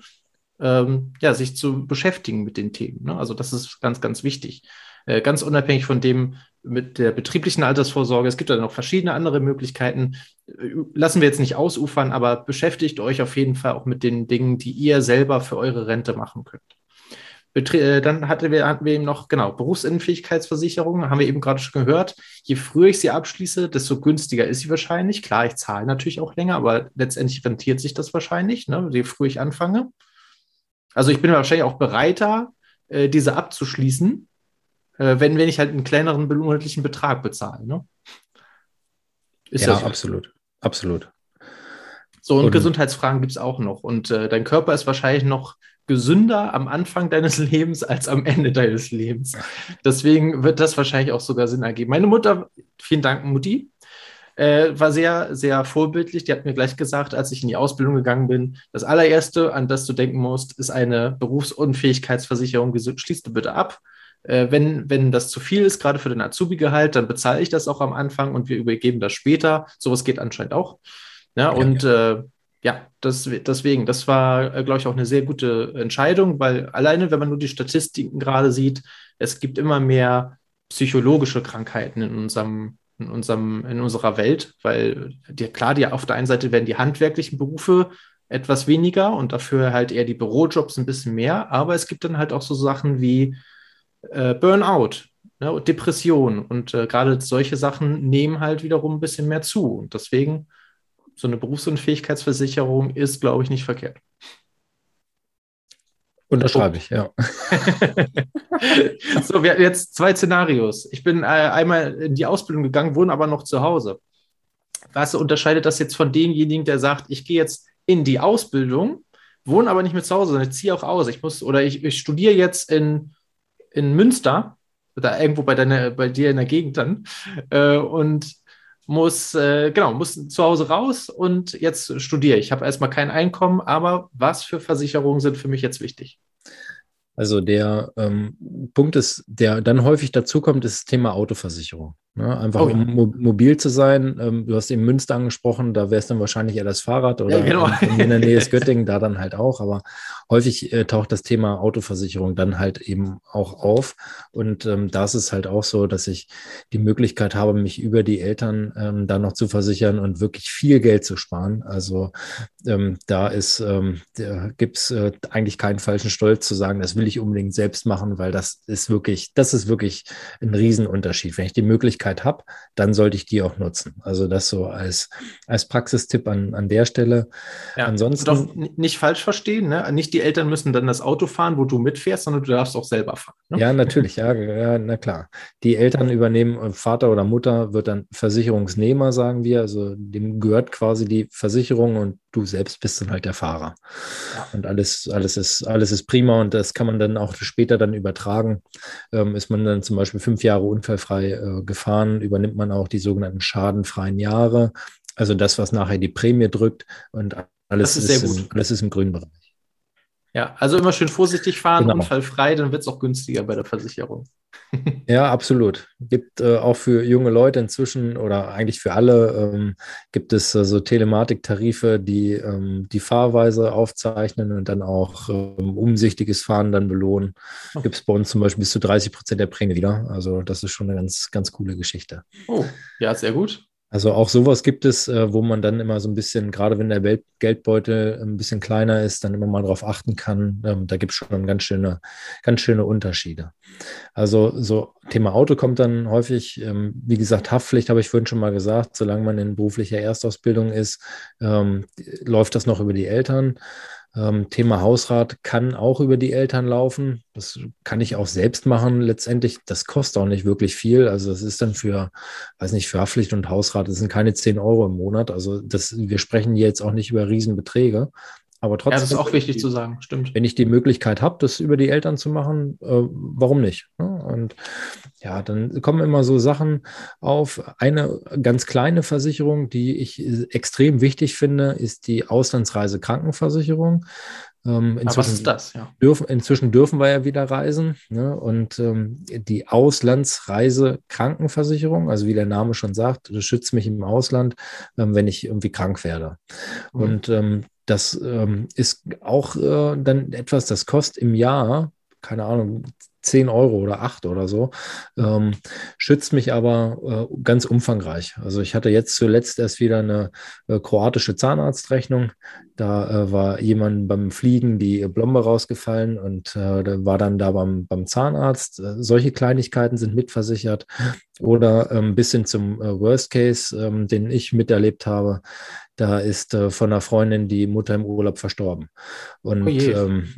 ja, sich zu beschäftigen mit den Themen. Ne? Also das ist ganz, ganz wichtig. Ganz unabhängig von dem mit der betrieblichen Altersvorsorge. Es gibt ja noch verschiedene andere Möglichkeiten. Lassen wir jetzt nicht ausufern, aber beschäftigt euch auf jeden Fall auch mit den Dingen, die ihr selber für eure Rente machen könnt. Dann hatten wir eben noch, genau, Berufsunfähigkeitsversicherung, haben wir eben gerade schon gehört. Je früher ich sie abschließe, desto günstiger ist sie wahrscheinlich. Klar, ich zahle natürlich auch länger, aber letztendlich rentiert sich das wahrscheinlich, ne, je früher ich anfange. Also ich bin wahrscheinlich auch bereiter, diese abzuschließen, wenn ich halt einen kleineren monatlichen Betrag bezahle. Ne? Ist Ja, das absolut. Absolut. so? Und Und Gesundheitsfragen gibt es auch noch. Und dein Körper ist wahrscheinlich noch gesünder am Anfang deines Lebens als am Ende deines Lebens. Deswegen wird das wahrscheinlich auch sogar Sinn ergeben. Meine Mutter, vielen Dank, Mutti, war sehr, sehr vorbildlich. Die hat mir gleich gesagt, als ich in die Ausbildung gegangen bin, das allererste, an das du denken musst, ist eine Berufsunfähigkeitsversicherung. Schließt du bitte ab. Wenn das zu viel ist, gerade für den Azubi-Gehalt, dann bezahle ich das auch am Anfang und wir übergeben das später. Sowas geht anscheinend auch. Ja, ja, und ja, deswegen, das war, glaube ich, auch eine sehr gute Entscheidung, weil alleine, wenn man nur die Statistiken gerade sieht, es gibt immer mehr psychologische Krankheiten in unserer Welt, weil klar, auf der einen Seite werden die handwerklichen Berufe etwas weniger und dafür halt eher die Bürojobs ein bisschen mehr, aber es gibt dann halt auch so Sachen wie Burnout, ne, und Depression und gerade solche Sachen nehmen halt wiederum ein bisschen mehr zu und deswegen so eine Berufsunfähigkeitsversicherung ist, glaube ich, nicht verkehrt. unterschreibe ich, ja. So, wir hatten jetzt zwei Szenarios. Ich bin einmal in die Ausbildung gegangen, wohne aber noch zu Hause. Was unterscheidet das jetzt von demjenigen, der sagt, ich gehe jetzt in die Ausbildung, wohne aber nicht mehr zu Hause, sondern ich ziehe auch aus. Ich studiere jetzt in Münster oder irgendwo bei dir in der Gegend dann und muss zu Hause raus und jetzt studiere. Ich habe erstmal kein Einkommen, aber was für Versicherungen sind für mich jetzt wichtig? Also der Punkt ist, der dann häufig dazukommt, ist das Thema Autoversicherung. Ne? Einfach Oh ja. um mobil zu sein. Du hast eben Münster angesprochen, da wäre es dann wahrscheinlich eher das Fahrrad Ja, oder genau. bei mir in der Nähe ist Göttingen, da dann halt auch. Aber häufig taucht das Thema Autoversicherung dann halt eben auch auf. Und da ist es halt auch so, dass ich die Möglichkeit habe, mich über die Eltern da noch zu versichern und wirklich viel Geld zu sparen. Also da gibt es eigentlich keinen falschen Stolz zu sagen, das will ich unbedingt selbst machen, weil das ist wirklich ein Riesenunterschied. Wenn ich die Möglichkeit habe, dann sollte ich die auch nutzen. Also das so als Praxistipp an der Stelle. Ja, und auch Ansonsten, nicht falsch verstehen, ne? Nicht die Eltern müssen dann das Auto fahren, wo du mitfährst, sondern du darfst auch selber fahren. Ne? ja, natürlich, ja, ja, na klar. Die Eltern übernehmen, Vater oder Mutter wird dann Versicherungsnehmer, sagen wir. Also dem gehört quasi die Versicherung und du selbst bist dann halt der Fahrer. Ja. Und alles ist prima und das kann man dann auch später dann übertragen. Ist man dann zum Beispiel 5 Jahre unfallfrei gefahren, übernimmt man auch die sogenannten schadenfreien Jahre. Also das, was nachher die Prämie drückt und Das ist sehr gut. alles ist im grünen Bereich. Ja, also immer schön vorsichtig fahren, Genau. unfallfrei, dann wird es auch günstiger bei der Versicherung. Ja, absolut. Gibt auch für junge Leute inzwischen oder eigentlich für alle gibt es so Telematiktarife, die die Fahrweise aufzeichnen und dann auch umsichtiges Fahren dann belohnen. Oh. Gibt es bei uns zum Beispiel bis zu 30% der Prämie wieder. Also das ist schon eine ganz, ganz coole Geschichte. Oh, ja, sehr gut. Also auch sowas gibt es, wo man dann immer so ein bisschen, gerade wenn der Geldbeutel ein bisschen kleiner ist, dann immer mal drauf achten kann. Da gibt es schon ganz schöne Unterschiede. Also so Thema Auto kommt dann häufig, wie gesagt, Haftpflicht habe ich vorhin schon mal gesagt, solange man in beruflicher Erstausbildung ist, läuft das noch über die Eltern. Thema Hausrat kann auch über die Eltern laufen. Das kann ich auch selbst machen letztendlich. Das kostet auch nicht wirklich viel. Also das ist dann weiß nicht, für Haftpflicht und Hausrat, das sind keine 10 Euro im Monat. Also wir sprechen hier jetzt auch nicht über Riesenbeträge. Aber Ja, das ist trotzdem, auch wichtig zu sagen, stimmt. wenn ich die Möglichkeit habe, das über die Eltern zu machen, warum nicht? Ne? Und ja, dann kommen immer so Sachen auf. Eine ganz kleine Versicherung, die ich extrem wichtig finde, ist die Auslandsreisekrankenversicherung. Aber was ist das? Ja. Inzwischen dürfen wir ja wieder reisen. Ne? Und die Auslandsreisekrankenversicherung, also wie der Name schon sagt, das schützt mich im Ausland, wenn ich irgendwie krank werde. Mhm. Und das ist auch dann etwas, das kostet im Jahr, keine Ahnung, 10 Euro oder 8 oder so, schützt mich aber ganz umfangreich. Also ich hatte jetzt zuletzt erst wieder eine kroatische Zahnarztrechnung. Da war jemand beim Fliegen die Plombe rausgefallen und da war dann da beim Zahnarzt. Solche Kleinigkeiten sind mitversichert. Oder bis hin zum Worst Case, den ich miterlebt habe. Da ist von einer Freundin die Mutter im Urlaub verstorben. Oh Und je.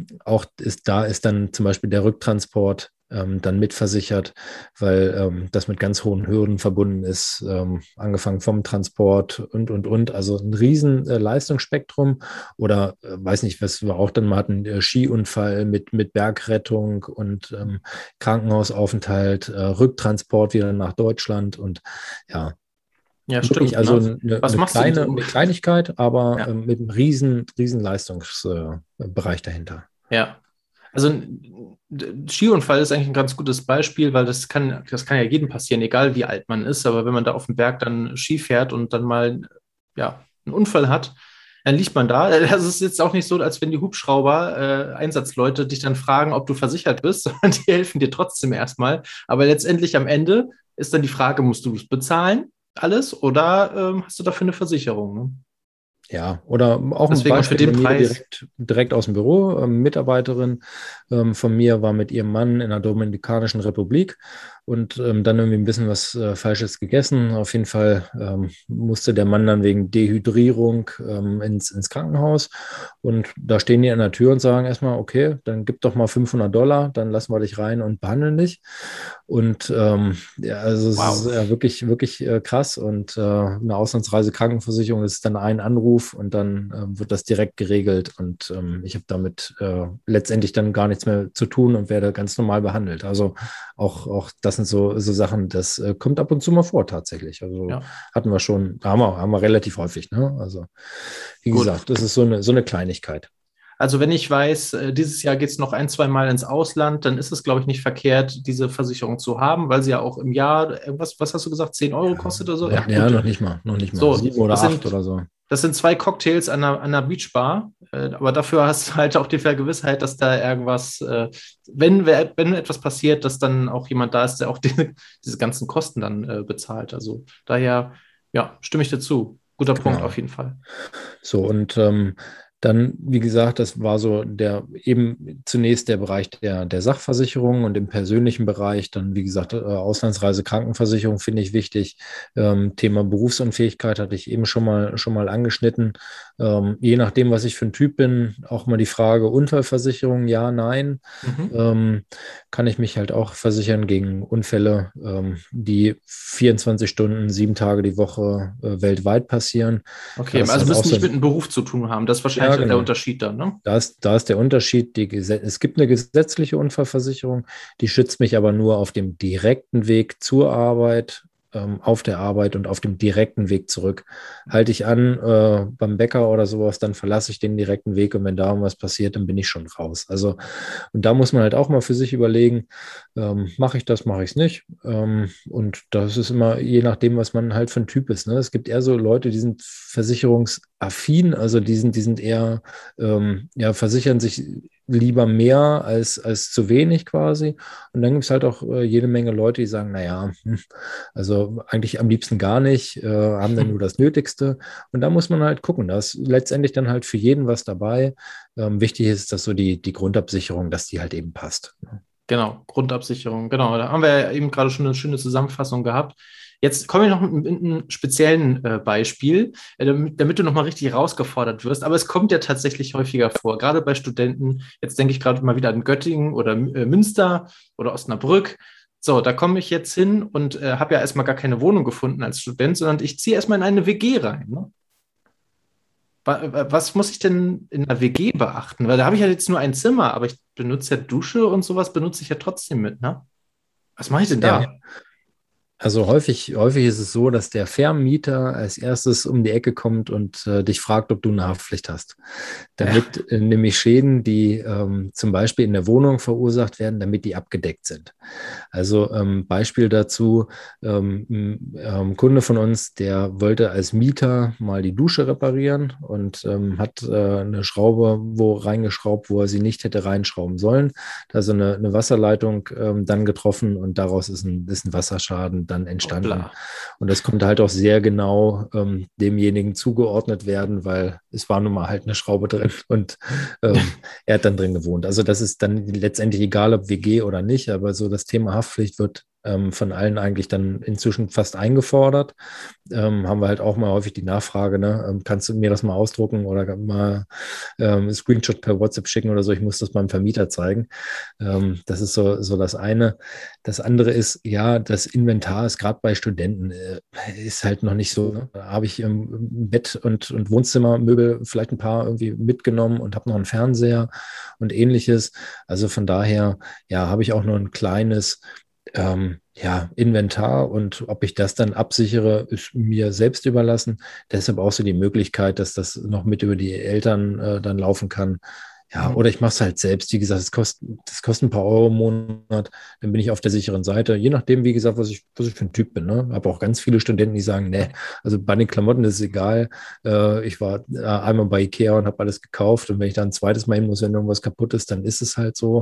da ist dann zum Beispiel der Rücktransport dann mitversichert, weil das mit ganz hohen Hürden verbunden ist, angefangen vom Transport und. Also ein riesen Leistungsspektrum oder weiß nicht, was wir auch dann mal hatten, Skiunfall mit Bergrettung und Krankenhausaufenthalt, Rücktransport wieder nach Deutschland und ja, Ja, wirklich stimmt, also ne? Was machst du denn so? eine Kleinigkeit, aber Ja. mit einem riesen Leistungsbereich dahinter. Ja. Also ein Skiunfall ist eigentlich ein ganz gutes Beispiel, weil das kann ja jedem passieren, egal wie alt man ist. Aber wenn man da auf dem Berg dann Ski fährt und dann mal ja, einen Unfall hat, dann liegt man da. Das ist jetzt auch nicht so, als wenn die Hubschrauber, Einsatzleute dich dann fragen, ob du versichert bist, sondern die helfen dir trotzdem erstmal. Aber letztendlich am Ende ist dann die Frage, musst du es bezahlen, alles, oder hast du dafür eine Versicherung? Ne? Ja, oder auch ein Deswegen und für Beispiel bei den mir Preis. direkt aus dem Büro. Mitarbeiterin von mir war mit ihrem Mann in der Dominikanischen Republik und dann irgendwie ein bisschen was Falsches gegessen. Auf jeden Fall musste der Mann dann wegen Dehydrierung ins Krankenhaus. Und da stehen die an der Tür und sagen erstmal, okay, dann gib doch mal $500, dann lassen wir dich rein und behandeln dich. Und ja, also es ist Wow. wirklich krass. Und eine Auslandsreise Krankenversicherung ist dann ein Anruf und dann wird das direkt geregelt. Und ich habe damit letztendlich dann gar nichts mehr zu tun und werde ganz normal behandelt. Also auch das sind so Sachen, das kommt ab und zu mal vor tatsächlich. Also Ja, hatten wir schon, haben wir relativ häufig. Ne? Also wie gut. gesagt, das ist so eine Kleinigkeit. Also wenn ich weiß, dieses Jahr geht es noch ein, zwei Mal ins Ausland, dann ist es, glaube ich, nicht verkehrt, diese Versicherung zu haben, weil sie ja auch im Jahr, was hast du gesagt, 10 Euro Ja, kostet oder so? Ja, gut. noch nicht mal, noch nicht mal. So, 7 oder das 8 sind, oder so. das sind zwei Cocktails an einer Beachbar, aber dafür hast du halt auch die Vergewissheit, dass da irgendwas, wenn etwas passiert, dass dann auch jemand da ist, der auch diese ganzen Kosten dann bezahlt. Also daher, ja, stimme ich dir zu. Guter Punkt Genau. auf jeden Fall. So, und dann, wie gesagt, das war so eben zunächst der Bereich der Sachversicherung und im persönlichen Bereich, dann, wie gesagt, Auslandsreise, Krankenversicherung finde ich wichtig. Thema Berufsunfähigkeit hatte ich eben schon mal angeschnitten. Je nachdem, was ich für ein Typ bin, auch mal die Frage Unfallversicherung, ja, nein. Mhm. Kann ich mich halt auch versichern gegen Unfälle, die 24 Stunden, 7 Tage die Woche weltweit passieren. Okay, Da ist also halt auch müssen so, nicht mit einem Beruf zu tun haben. Das ist ja, wahrscheinlich dann der genau. Unterschied dann, ne? Da ist der Unterschied. Es gibt eine gesetzliche Unfallversicherung, die schützt mich aber nur auf dem direkten Weg zur Arbeit, auf der Arbeit und auf dem direkten Weg zurück. Halte ich an beim Bäcker oder sowas, dann verlasse ich den direkten Weg und wenn da was passiert, dann bin ich schon raus. Also, und da muss man halt auch mal für sich überlegen, mache ich das, mache ich es nicht. Und das ist immer je nachdem, was man halt für ein Typ ist. Ne? Es gibt eher so Leute, die sind versicherungsaffin, also die sind eher ja, versichern sich lieber mehr als zu wenig quasi. Und dann gibt es halt auch jede Menge Leute, die sagen, naja, also eigentlich am liebsten gar nicht, haben dann nur das Nötigste. Und da muss man halt gucken. Da ist letztendlich dann halt für jeden was dabei. Wichtig ist, dass so die Grundabsicherung, dass die halt eben passt. Genau, Grundabsicherung. Genau, da haben wir ja eben gerade schon eine schöne Zusammenfassung gehabt. Jetzt komme ich noch mit einem speziellen Beispiel, damit du nochmal richtig herausgefordert wirst. Aber es kommt ja tatsächlich häufiger vor, gerade bei Studenten. Jetzt denke ich gerade mal wieder an Göttingen oder Münster oder Osnabrück. So, da komme ich jetzt hin und habe ja erstmal gar keine Wohnung gefunden als Student, sondern ich ziehe erstmal in eine WG rein. Ne? Was muss ich denn in einer WG beachten? Weil da habe ich ja jetzt nur ein Zimmer, aber ich benutze ja Dusche und sowas benutze ich ja trotzdem mit, ne? Was mache ich denn Ja, da? Also häufig ist es so, dass der Vermieter als erstes um die Ecke kommt und dich fragt, ob du eine Haftpflicht hast. Ja, Damit nämlich Schäden, die zum Beispiel in der Wohnung verursacht werden, damit die abgedeckt sind. Also Beispiel dazu, ein Kunde von uns, der wollte als Mieter mal die Dusche reparieren und hat eine Schraube wo reingeschraubt, wo er sie nicht hätte reinschrauben sollen. Da ist eine Wasserleitung dann getroffen und daraus ist ein Wasserschaden dann entstanden. hoppla. Und das konnte halt auch sehr genau demjenigen zugeordnet werden, weil es war nun mal halt eine Schraube drin und er hat dann drin gewohnt. Also das ist dann letztendlich egal, ob WG oder nicht, aber so das Thema Haftpflicht wird von allen eigentlich dann inzwischen fast eingefordert. Haben wir halt auch mal häufig die Nachfrage, ne? Kannst du mir das mal ausdrucken oder mal einen Screenshot per WhatsApp schicken oder so? Ich muss das beim Vermieter zeigen. Das ist so das eine. Das andere ist, ja, das Inventar ist gerade bei Studenten, ist halt noch nicht so. Ne? Da habe ich Bett und Wohnzimmermöbel vielleicht ein paar irgendwie mitgenommen und habe noch einen Fernseher und ähnliches. Also von daher, ja, habe ich auch nur ein kleines ja, Inventar, und ob ich das dann absichere, ist mir selbst überlassen. Deshalb auch so die Möglichkeit, dass das noch mit über die Eltern dann laufen kann. Ja, Mhm. oder ich mache es halt selbst. Wie gesagt, das kostet ein paar Euro im Monat, dann bin ich auf der sicheren Seite. Je nachdem, wie gesagt, was ich für ein Typ bin. Ne? Habe auch ganz viele Studenten, die sagen, nee, also bei den Klamotten ist es egal. Ich war einmal bei Ikea und habe alles gekauft, und wenn ich dann ein zweites Mal hin muss, wenn irgendwas kaputt ist, dann ist es halt so.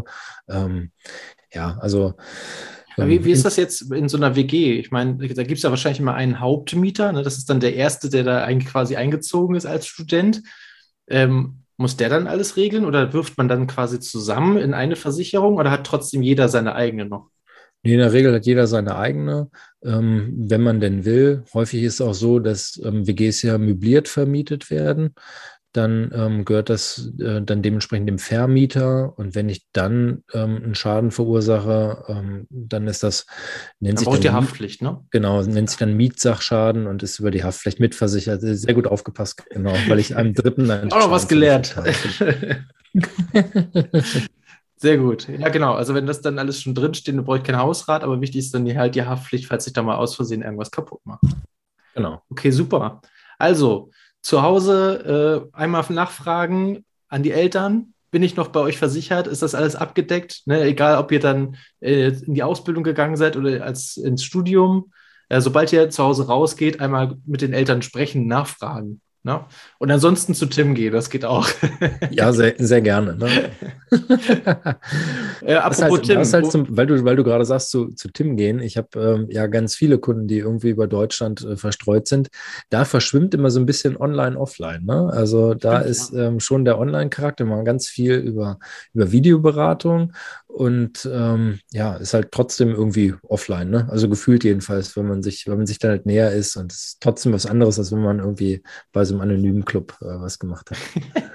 Ja, also Aber wie ist das jetzt in so einer WG? Ich meine, da gibt es ja wahrscheinlich immer einen Hauptmieter, ne? Das ist dann der Erste, der da eigentlich quasi eingezogen ist als Student. Muss der dann alles regeln oder wirft man dann quasi zusammen in eine Versicherung oder hat trotzdem jeder seine eigene noch? in der Regel hat jeder seine eigene, wenn man denn will. Häufig ist es auch so, dass WGs ja möbliert vermietet werden. Dann gehört das dann dementsprechend dem Vermieter. Und wenn ich dann einen Schaden verursache, dann ist das, nennt Dann sich braucht ihr dann Haftpflicht, ne? genau, nennt sich dann Mietsachschaden und ist über die Haftpflicht mitversichert. Sehr gut aufgepasst, genau, weil ich einem Dritten einen Auch noch was Schaden gelernt. zugefügt habe. Sehr gut. Ja, genau. Also wenn das dann alles schon drinsteht, dann brauche ich kein Hausrat, aber wichtig ist dann halt die Haftpflicht, falls ich da mal aus Versehen irgendwas kaputt mache. Genau. Okay, super. Also, zu Hause einmal nachfragen an die Eltern. Bin ich noch bei euch versichert? Ist das alles abgedeckt? Ne? Egal, ob ihr dann in die Ausbildung gegangen seid oder ins Studium. Sobald ihr zu Hause rausgeht, einmal mit den Eltern sprechen, nachfragen. Ne? Und ansonsten zu Tim gehen, das geht auch. Ja, sehr, sehr gerne. Ne? Apropos Was Tim, halt weil du gerade sagst, zu Tim gehen. Ich habe ja ganz viele Kunden, die irgendwie über Deutschland verstreut sind. Da verschwimmt immer so ein bisschen online, offline. Ne? Also da stimmt, ist ja. schon der Online-Charakter, man ganz viel über Videoberatung, und ja, ist halt trotzdem irgendwie offline. Ne? Also gefühlt jedenfalls, wenn man sich dann halt näher ist, und es ist trotzdem was anderes, als wenn man irgendwie bei so einem anonymen Club was gemacht hat.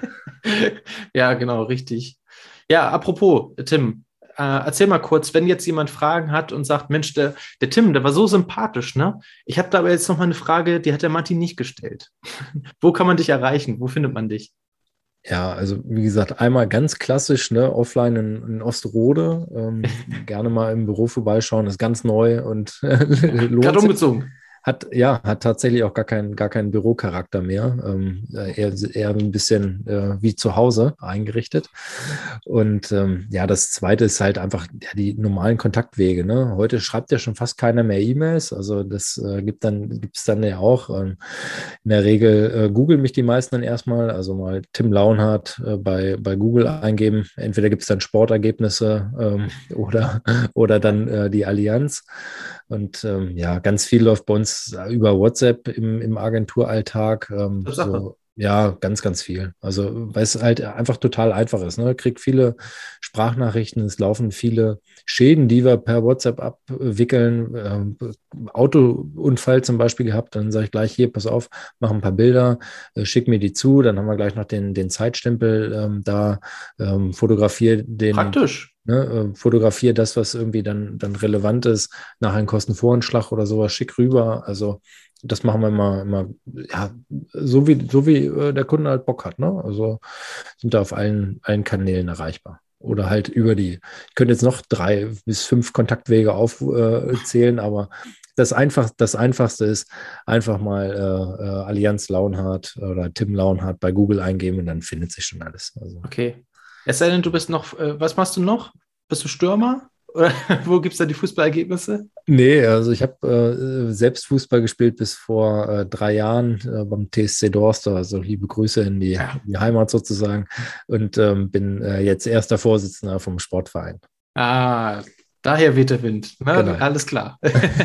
Ja, genau, richtig. Ja, apropos, Tim, erzähl mal kurz, wenn jetzt jemand Fragen hat und sagt, Mensch, der Tim, der war so sympathisch, ne? Ich habe da aber jetzt noch mal eine Frage, die hat der Martin nicht gestellt. Wo kann man dich erreichen? Wo findet man dich? Ja, also wie gesagt, einmal ganz klassisch, ne, offline in Osterode. Gerne mal im Büro vorbeischauen, ist ganz neu und Gerade lohnt sich. umgezogen. Hat tatsächlich auch gar keinen Bürocharakter mehr. Eher ein bisschen wie zu Hause eingerichtet. Und ja, das Zweite ist halt einfach ja, die normalen Kontaktwege. Ne? Heute schreibt ja schon fast keiner mehr E-Mails. Also das gibt's dann ja auch. In der Regel googeln mich die meisten dann erstmal. Also mal Tim Launhardt bei Google eingeben. Entweder gibt es dann Sportergebnisse oder dann die Allianz. Und ja, ganz viel läuft bei uns über WhatsApp im Agenturalltag. Sache. Ja, ganz, ganz viel. Also, weil es halt einfach total einfach ist. Ne? Kriegt viele Sprachnachrichten, es laufen viele Schäden, die wir per WhatsApp abwickeln. Autounfall zum Beispiel gehabt, dann sage ich gleich hier, pass auf, mach ein paar Bilder, schick mir die zu, dann haben wir gleich noch den Zeitstempel da, fotografiere den. Praktisch. Ne, fotografiere das, was irgendwie dann relevant ist, nachher einen Kostenvoranschlag oder sowas, schick rüber. Also das machen wir immer ja, so wie der Kunde halt Bock hat. Ne? Also sind da auf allen Kanälen erreichbar. Oder halt ich könnte jetzt noch 3 bis 5 Kontaktwege aufzählen, aber das Einfachste ist, einfach mal Allianz Launhardt oder Tim Launhardt bei Google eingeben und dann findet sich schon alles. Also. Okay. Es sei denn, du bist noch, was machst du noch? Bist du Stürmer? Oder wo gibt es da die Fußballergebnisse? Nee, also ich habe selbst Fußball gespielt bis vor 3 Jahren beim TSC Dorster, also liebe Grüße in die Heimat sozusagen und bin jetzt erster Vorsitzender vom Sportverein. Ah, daher weht der Wind. Na, Genau. alles klar.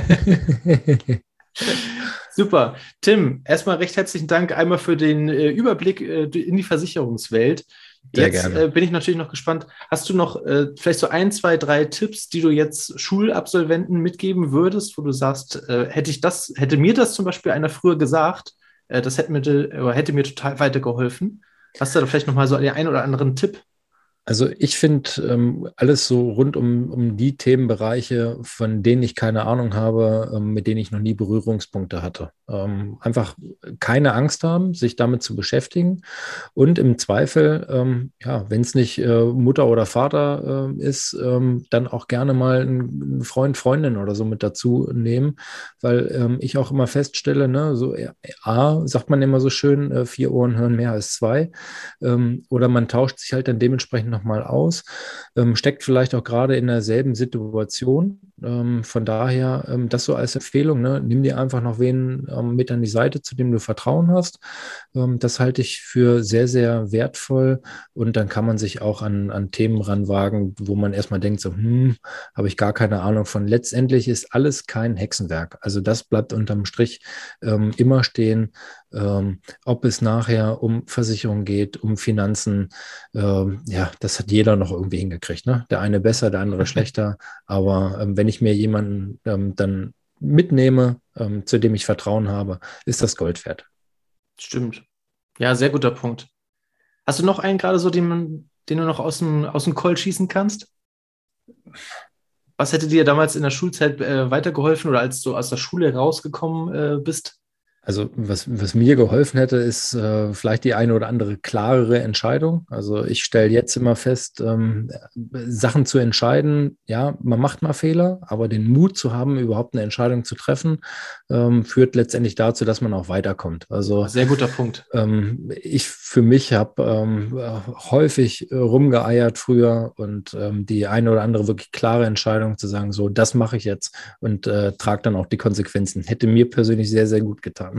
Super. Tim, erstmal recht herzlichen Dank einmal für den Überblick in die Versicherungswelt. Sehr Jetzt gerne. bin ich natürlich noch gespannt. Hast du noch vielleicht so 1, 2, 3 Tipps, die du jetzt Schulabsolventen mitgeben würdest, wo du sagst, hätte mir das zum Beispiel einer früher gesagt, das hätte mir total weitergeholfen. Hast du da vielleicht noch mal so den einen oder anderen Tipp? Also ich finde alles so rund um die Themenbereiche, von denen ich keine Ahnung habe, mit denen ich noch nie Berührungspunkte hatte. Einfach keine Angst haben, sich damit zu beschäftigen und im Zweifel, ja, wenn es nicht Mutter oder Vater ist, dann auch gerne mal einen Freund, Freundin oder so mit dazu nehmen, weil ich auch immer feststelle, ne, so A, sagt man immer so schön, 4 Ohren hören mehr als 2, oder man tauscht sich halt dann dementsprechend nochmal aus, steckt vielleicht auch gerade in derselben Situation. Von daher, das so als Empfehlung, ne? Nimm dir einfach noch wen mit an die Seite, zu dem du Vertrauen hast. Das halte ich für sehr, sehr wertvoll und dann kann man sich auch an Themen ranwagen, wo man erstmal denkt, so, habe ich gar keine Ahnung von. Letztendlich ist alles kein Hexenwerk. Also das bleibt unterm Strich immer stehen. Ob es nachher um Versicherung geht, um Finanzen, ja, das hat jeder noch irgendwie hingekriegt. Ne? Der eine besser, der andere schlechter. Aber wenn ich mir jemanden dann mitnehme, zu dem ich Vertrauen habe, ist das Gold wert. Stimmt. Ja, sehr guter Punkt. Hast du noch einen gerade so, den du noch aus dem Colt schießen kannst? Was hätte dir damals in der Schulzeit weitergeholfen oder als du aus der Schule rausgekommen bist? Also was mir geholfen hätte, ist vielleicht die eine oder andere klarere Entscheidung. Also ich stelle jetzt immer fest, Sachen zu entscheiden, ja, man macht mal Fehler, aber den Mut zu haben, überhaupt eine Entscheidung zu treffen, führt letztendlich dazu, dass man auch weiterkommt. Also Sehr guter Punkt. ich für mich habe häufig rumgeeiert früher und die eine oder andere wirklich klare Entscheidung zu sagen, so, das mache ich jetzt und trage dann auch die Konsequenzen. Hätte mir persönlich sehr, sehr gut getan.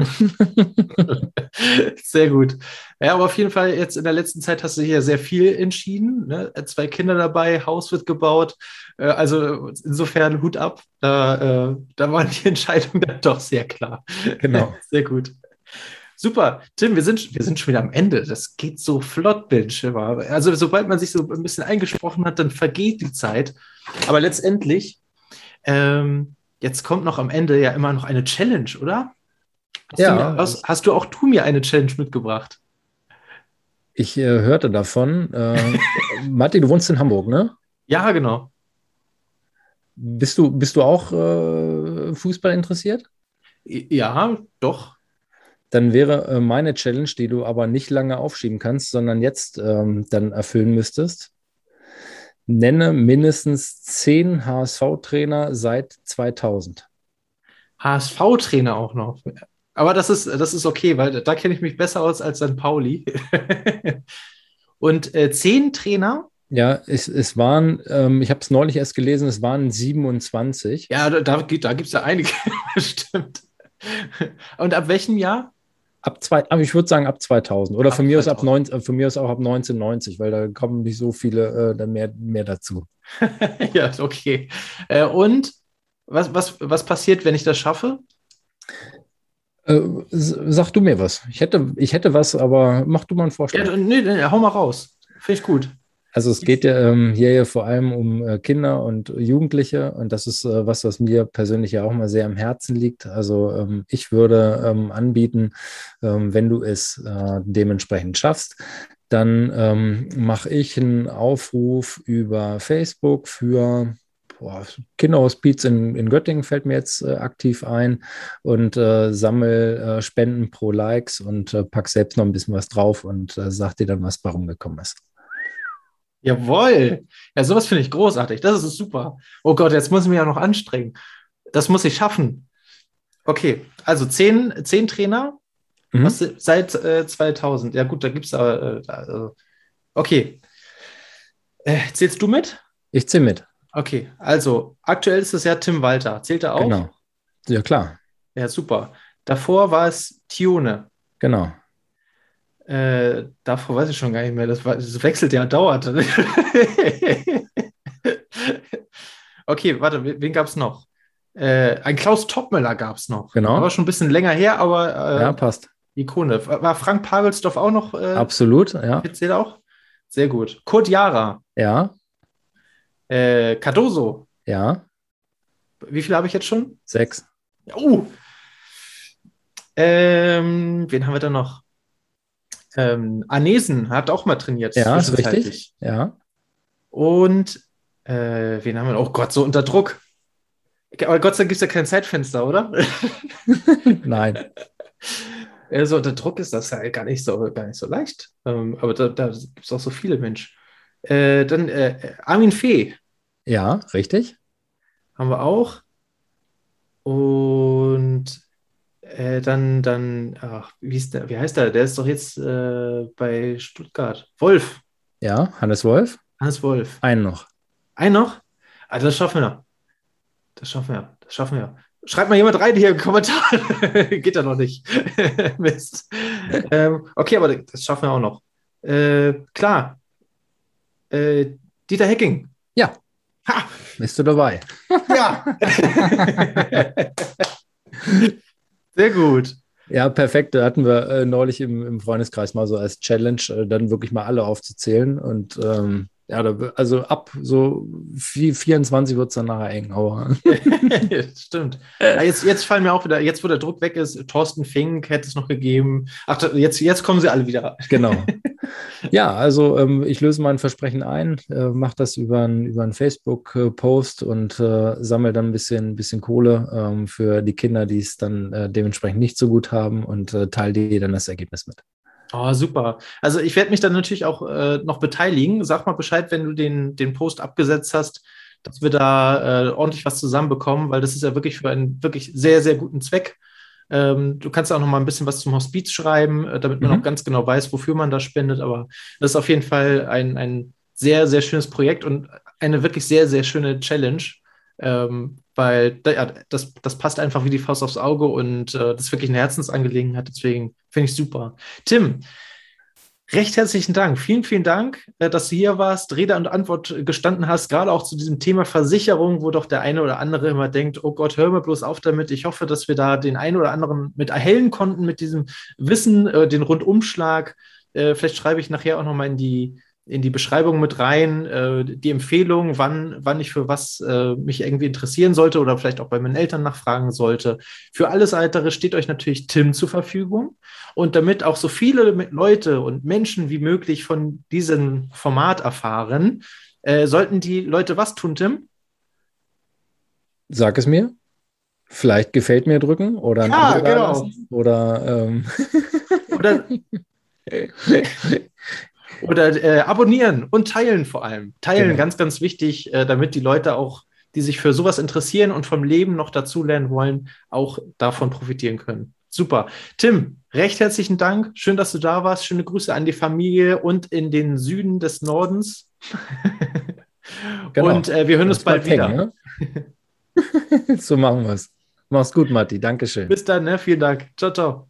Sehr gut. Ja, aber auf jeden Fall jetzt in der letzten Zeit hast du hier sehr viel entschieden. Ne? 2 Kinder dabei, Haus wird gebaut. Also insofern Hut ab. Da waren die Entscheidungen dann doch sehr klar. Genau. Sehr gut. Super. Tim, wir sind schon wieder am Ende. Das geht so flott, Bildschirmer. Also sobald man sich so ein bisschen eingesprochen hat, dann vergeht die Zeit. Aber letztendlich, jetzt kommt noch am Ende ja immer noch eine Challenge, oder? Hast du auch mir eine Challenge mitgebracht? Ich hörte davon. Matti, du wohnst in Hamburg, ne? Ja, genau. Bist du auch Fußball interessiert? Ja, doch. Dann wäre meine Challenge, die du aber nicht lange aufschieben kannst, sondern jetzt dann erfüllen müsstest. Nenne mindestens 10 HSV-Trainer seit 2000. HSV-Trainer auch noch. Aber das ist okay, weil da kenne ich mich besser aus als St. Pauli. Und 10 Trainer? Ja, es waren, ich habe es neulich erst gelesen, es waren 27. Ja, da gibt es ja einige, stimmt. Und ab welchem Jahr? Aber ich würde sagen ab 2000 oder Ab von mir aus 2000. von mir aus auch ab 1990, weil da kommen nicht so viele dann mehr dazu. Ja, okay. Und was passiert, wenn ich das schaffe? Sag du mir was. Ich hätte was, aber mach du mal einen Vorschlag. Ja, nee, hau mal raus. Finde ich gut. Also es geht ja hier vor allem um Kinder und Jugendliche und das ist was mir persönlich ja auch mal sehr am Herzen liegt. Also ich würde anbieten, wenn du es dementsprechend schaffst, dann mache ich einen Aufruf über Facebook für Kinderhospiz in Göttingen fällt mir jetzt aktiv ein und sammel Spenden pro Likes und pack selbst noch ein bisschen was drauf und sag dir dann, was bei rumgekommen ist. Jawohl. Ja, sowas finde ich großartig. Das ist super. Oh Gott, jetzt muss ich mich ja noch anstrengen. Das muss ich schaffen. Okay, also zehn Trainer Mhm. seit 2000. Ja gut, da gibt es aber, okay. Zählst du mit? Ich zähle mit. Okay, also aktuell ist es ja Tim Walter. Zählt er auch? Genau. Ja, klar. Ja, super. Davor war es Tione. Genau. Davor weiß ich schon gar nicht mehr. Das wechselt ja dauernd. Okay, warte, wen gab es noch? Ein Klaus Toppmöller gab es noch. Aber Genau. schon ein bisschen länger her, aber Ja, passt. Ikone. War Frank Pagelsdorf auch noch Absolut. Ja. offiziell auch? Sehr gut. Kurt Jara, Ja. Cardoso. Ja. Wie viele habe ich jetzt schon? 6. Wen haben wir da noch? Anesen hat auch mal trainiert, Ja, ist richtig. zwischenzeitlich. Ja. Und wen haben wir noch? Oh Gott, so unter Druck. Aber Gott sei Dank gibt es ja kein Zeitfenster, oder? Nein. So unter Druck ist das ja gar nicht so leicht. Aber da gibt es auch so viele Menschen. Dann Armin Fee Ja, richtig. haben wir auch. Und ach, wie heißt der? Der ist doch jetzt bei Stuttgart. Wolf, Ja, Hannes Wolf. Hannes Wolf. Einen noch. Ein noch? Ah, das schaffen wir. Das schaffen wir. Das schaffen wir. Schreibt mal jemand rein hier im Kommentar. Geht ja noch nicht. Mist. Okay, aber das schaffen wir auch noch. Klar. Äh, Dieter Hecking. Ja, Ha! bist du dabei? Ja! Sehr gut. Ja, perfekt. Da hatten wir neulich im Freundeskreis mal so als Challenge, dann wirklich mal alle aufzuzählen. Und ja, also ab so 24 wird es dann nachher eng. Aber Stimmt. Ja, jetzt fallen mir auch wieder, jetzt wo der Druck weg ist, Thorsten Fink hätte es noch gegeben. Ach, jetzt kommen sie alle wieder. genau. Ja, also ich löse mein Versprechen ein, mache das über einen Facebook-Post und sammle dann ein bisschen Kohle für die Kinder, die es dann dementsprechend nicht so gut haben und teile dir dann das Ergebnis mit. Oh, super. Also ich werde mich dann natürlich auch noch beteiligen. Sag mal Bescheid, wenn du den Post abgesetzt hast, dass wir da ordentlich was zusammenbekommen, weil das ist ja wirklich für einen wirklich sehr, sehr guten Zweck. Du kannst auch noch mal ein bisschen was zum Hospiz schreiben, damit man auch ganz genau weiß, wofür man das spendet. Aber das ist auf jeden Fall ein sehr, sehr schönes Projekt und eine wirklich sehr, sehr schöne Challenge, weil ja, das passt einfach wie die Faust aufs Auge und das ist wirklich eine Herzensangelegenheit. Deswegen finde ich super. Tim, recht herzlichen Dank. Vielen, vielen Dank, dass du hier warst, Rede und Antwort gestanden hast, gerade auch zu diesem Thema Versicherung, wo doch der eine oder andere immer denkt, oh Gott, hör mir bloß auf damit. Ich hoffe, dass wir da den einen oder anderen mit erhellen konnten, mit diesem Wissen, den Rundumschlag. Vielleicht schreibe ich nachher auch nochmal in die Beschreibung mit rein, die Empfehlung, wann ich für was mich irgendwie interessieren sollte oder vielleicht auch bei meinen Eltern nachfragen sollte. Für alles Weitere steht euch natürlich Tim zur Verfügung. Und damit auch so viele Leute und Menschen wie möglich von diesem Format erfahren, sollten die Leute was tun, Tim? Sag es mir. Vielleicht gefällt mir drücken oder ein Ja, Abo genau. dalassen oder Oder, oder abonnieren und teilen vor allem. Teilen, genau. ganz, ganz wichtig, damit die Leute auch, die sich für sowas interessieren und vom Leben noch dazulernen wollen, auch davon profitieren können. Super. Tim, recht herzlichen Dank. Schön, dass du da warst. Schöne Grüße an die Familie und in den Süden des Nordens. Genau. Und wir hören uns Lass mal bald wieder. ne? So machen wir es. Mach's gut, Matti. Dankeschön. Bis dann, ne? Vielen Dank. Ciao, ciao.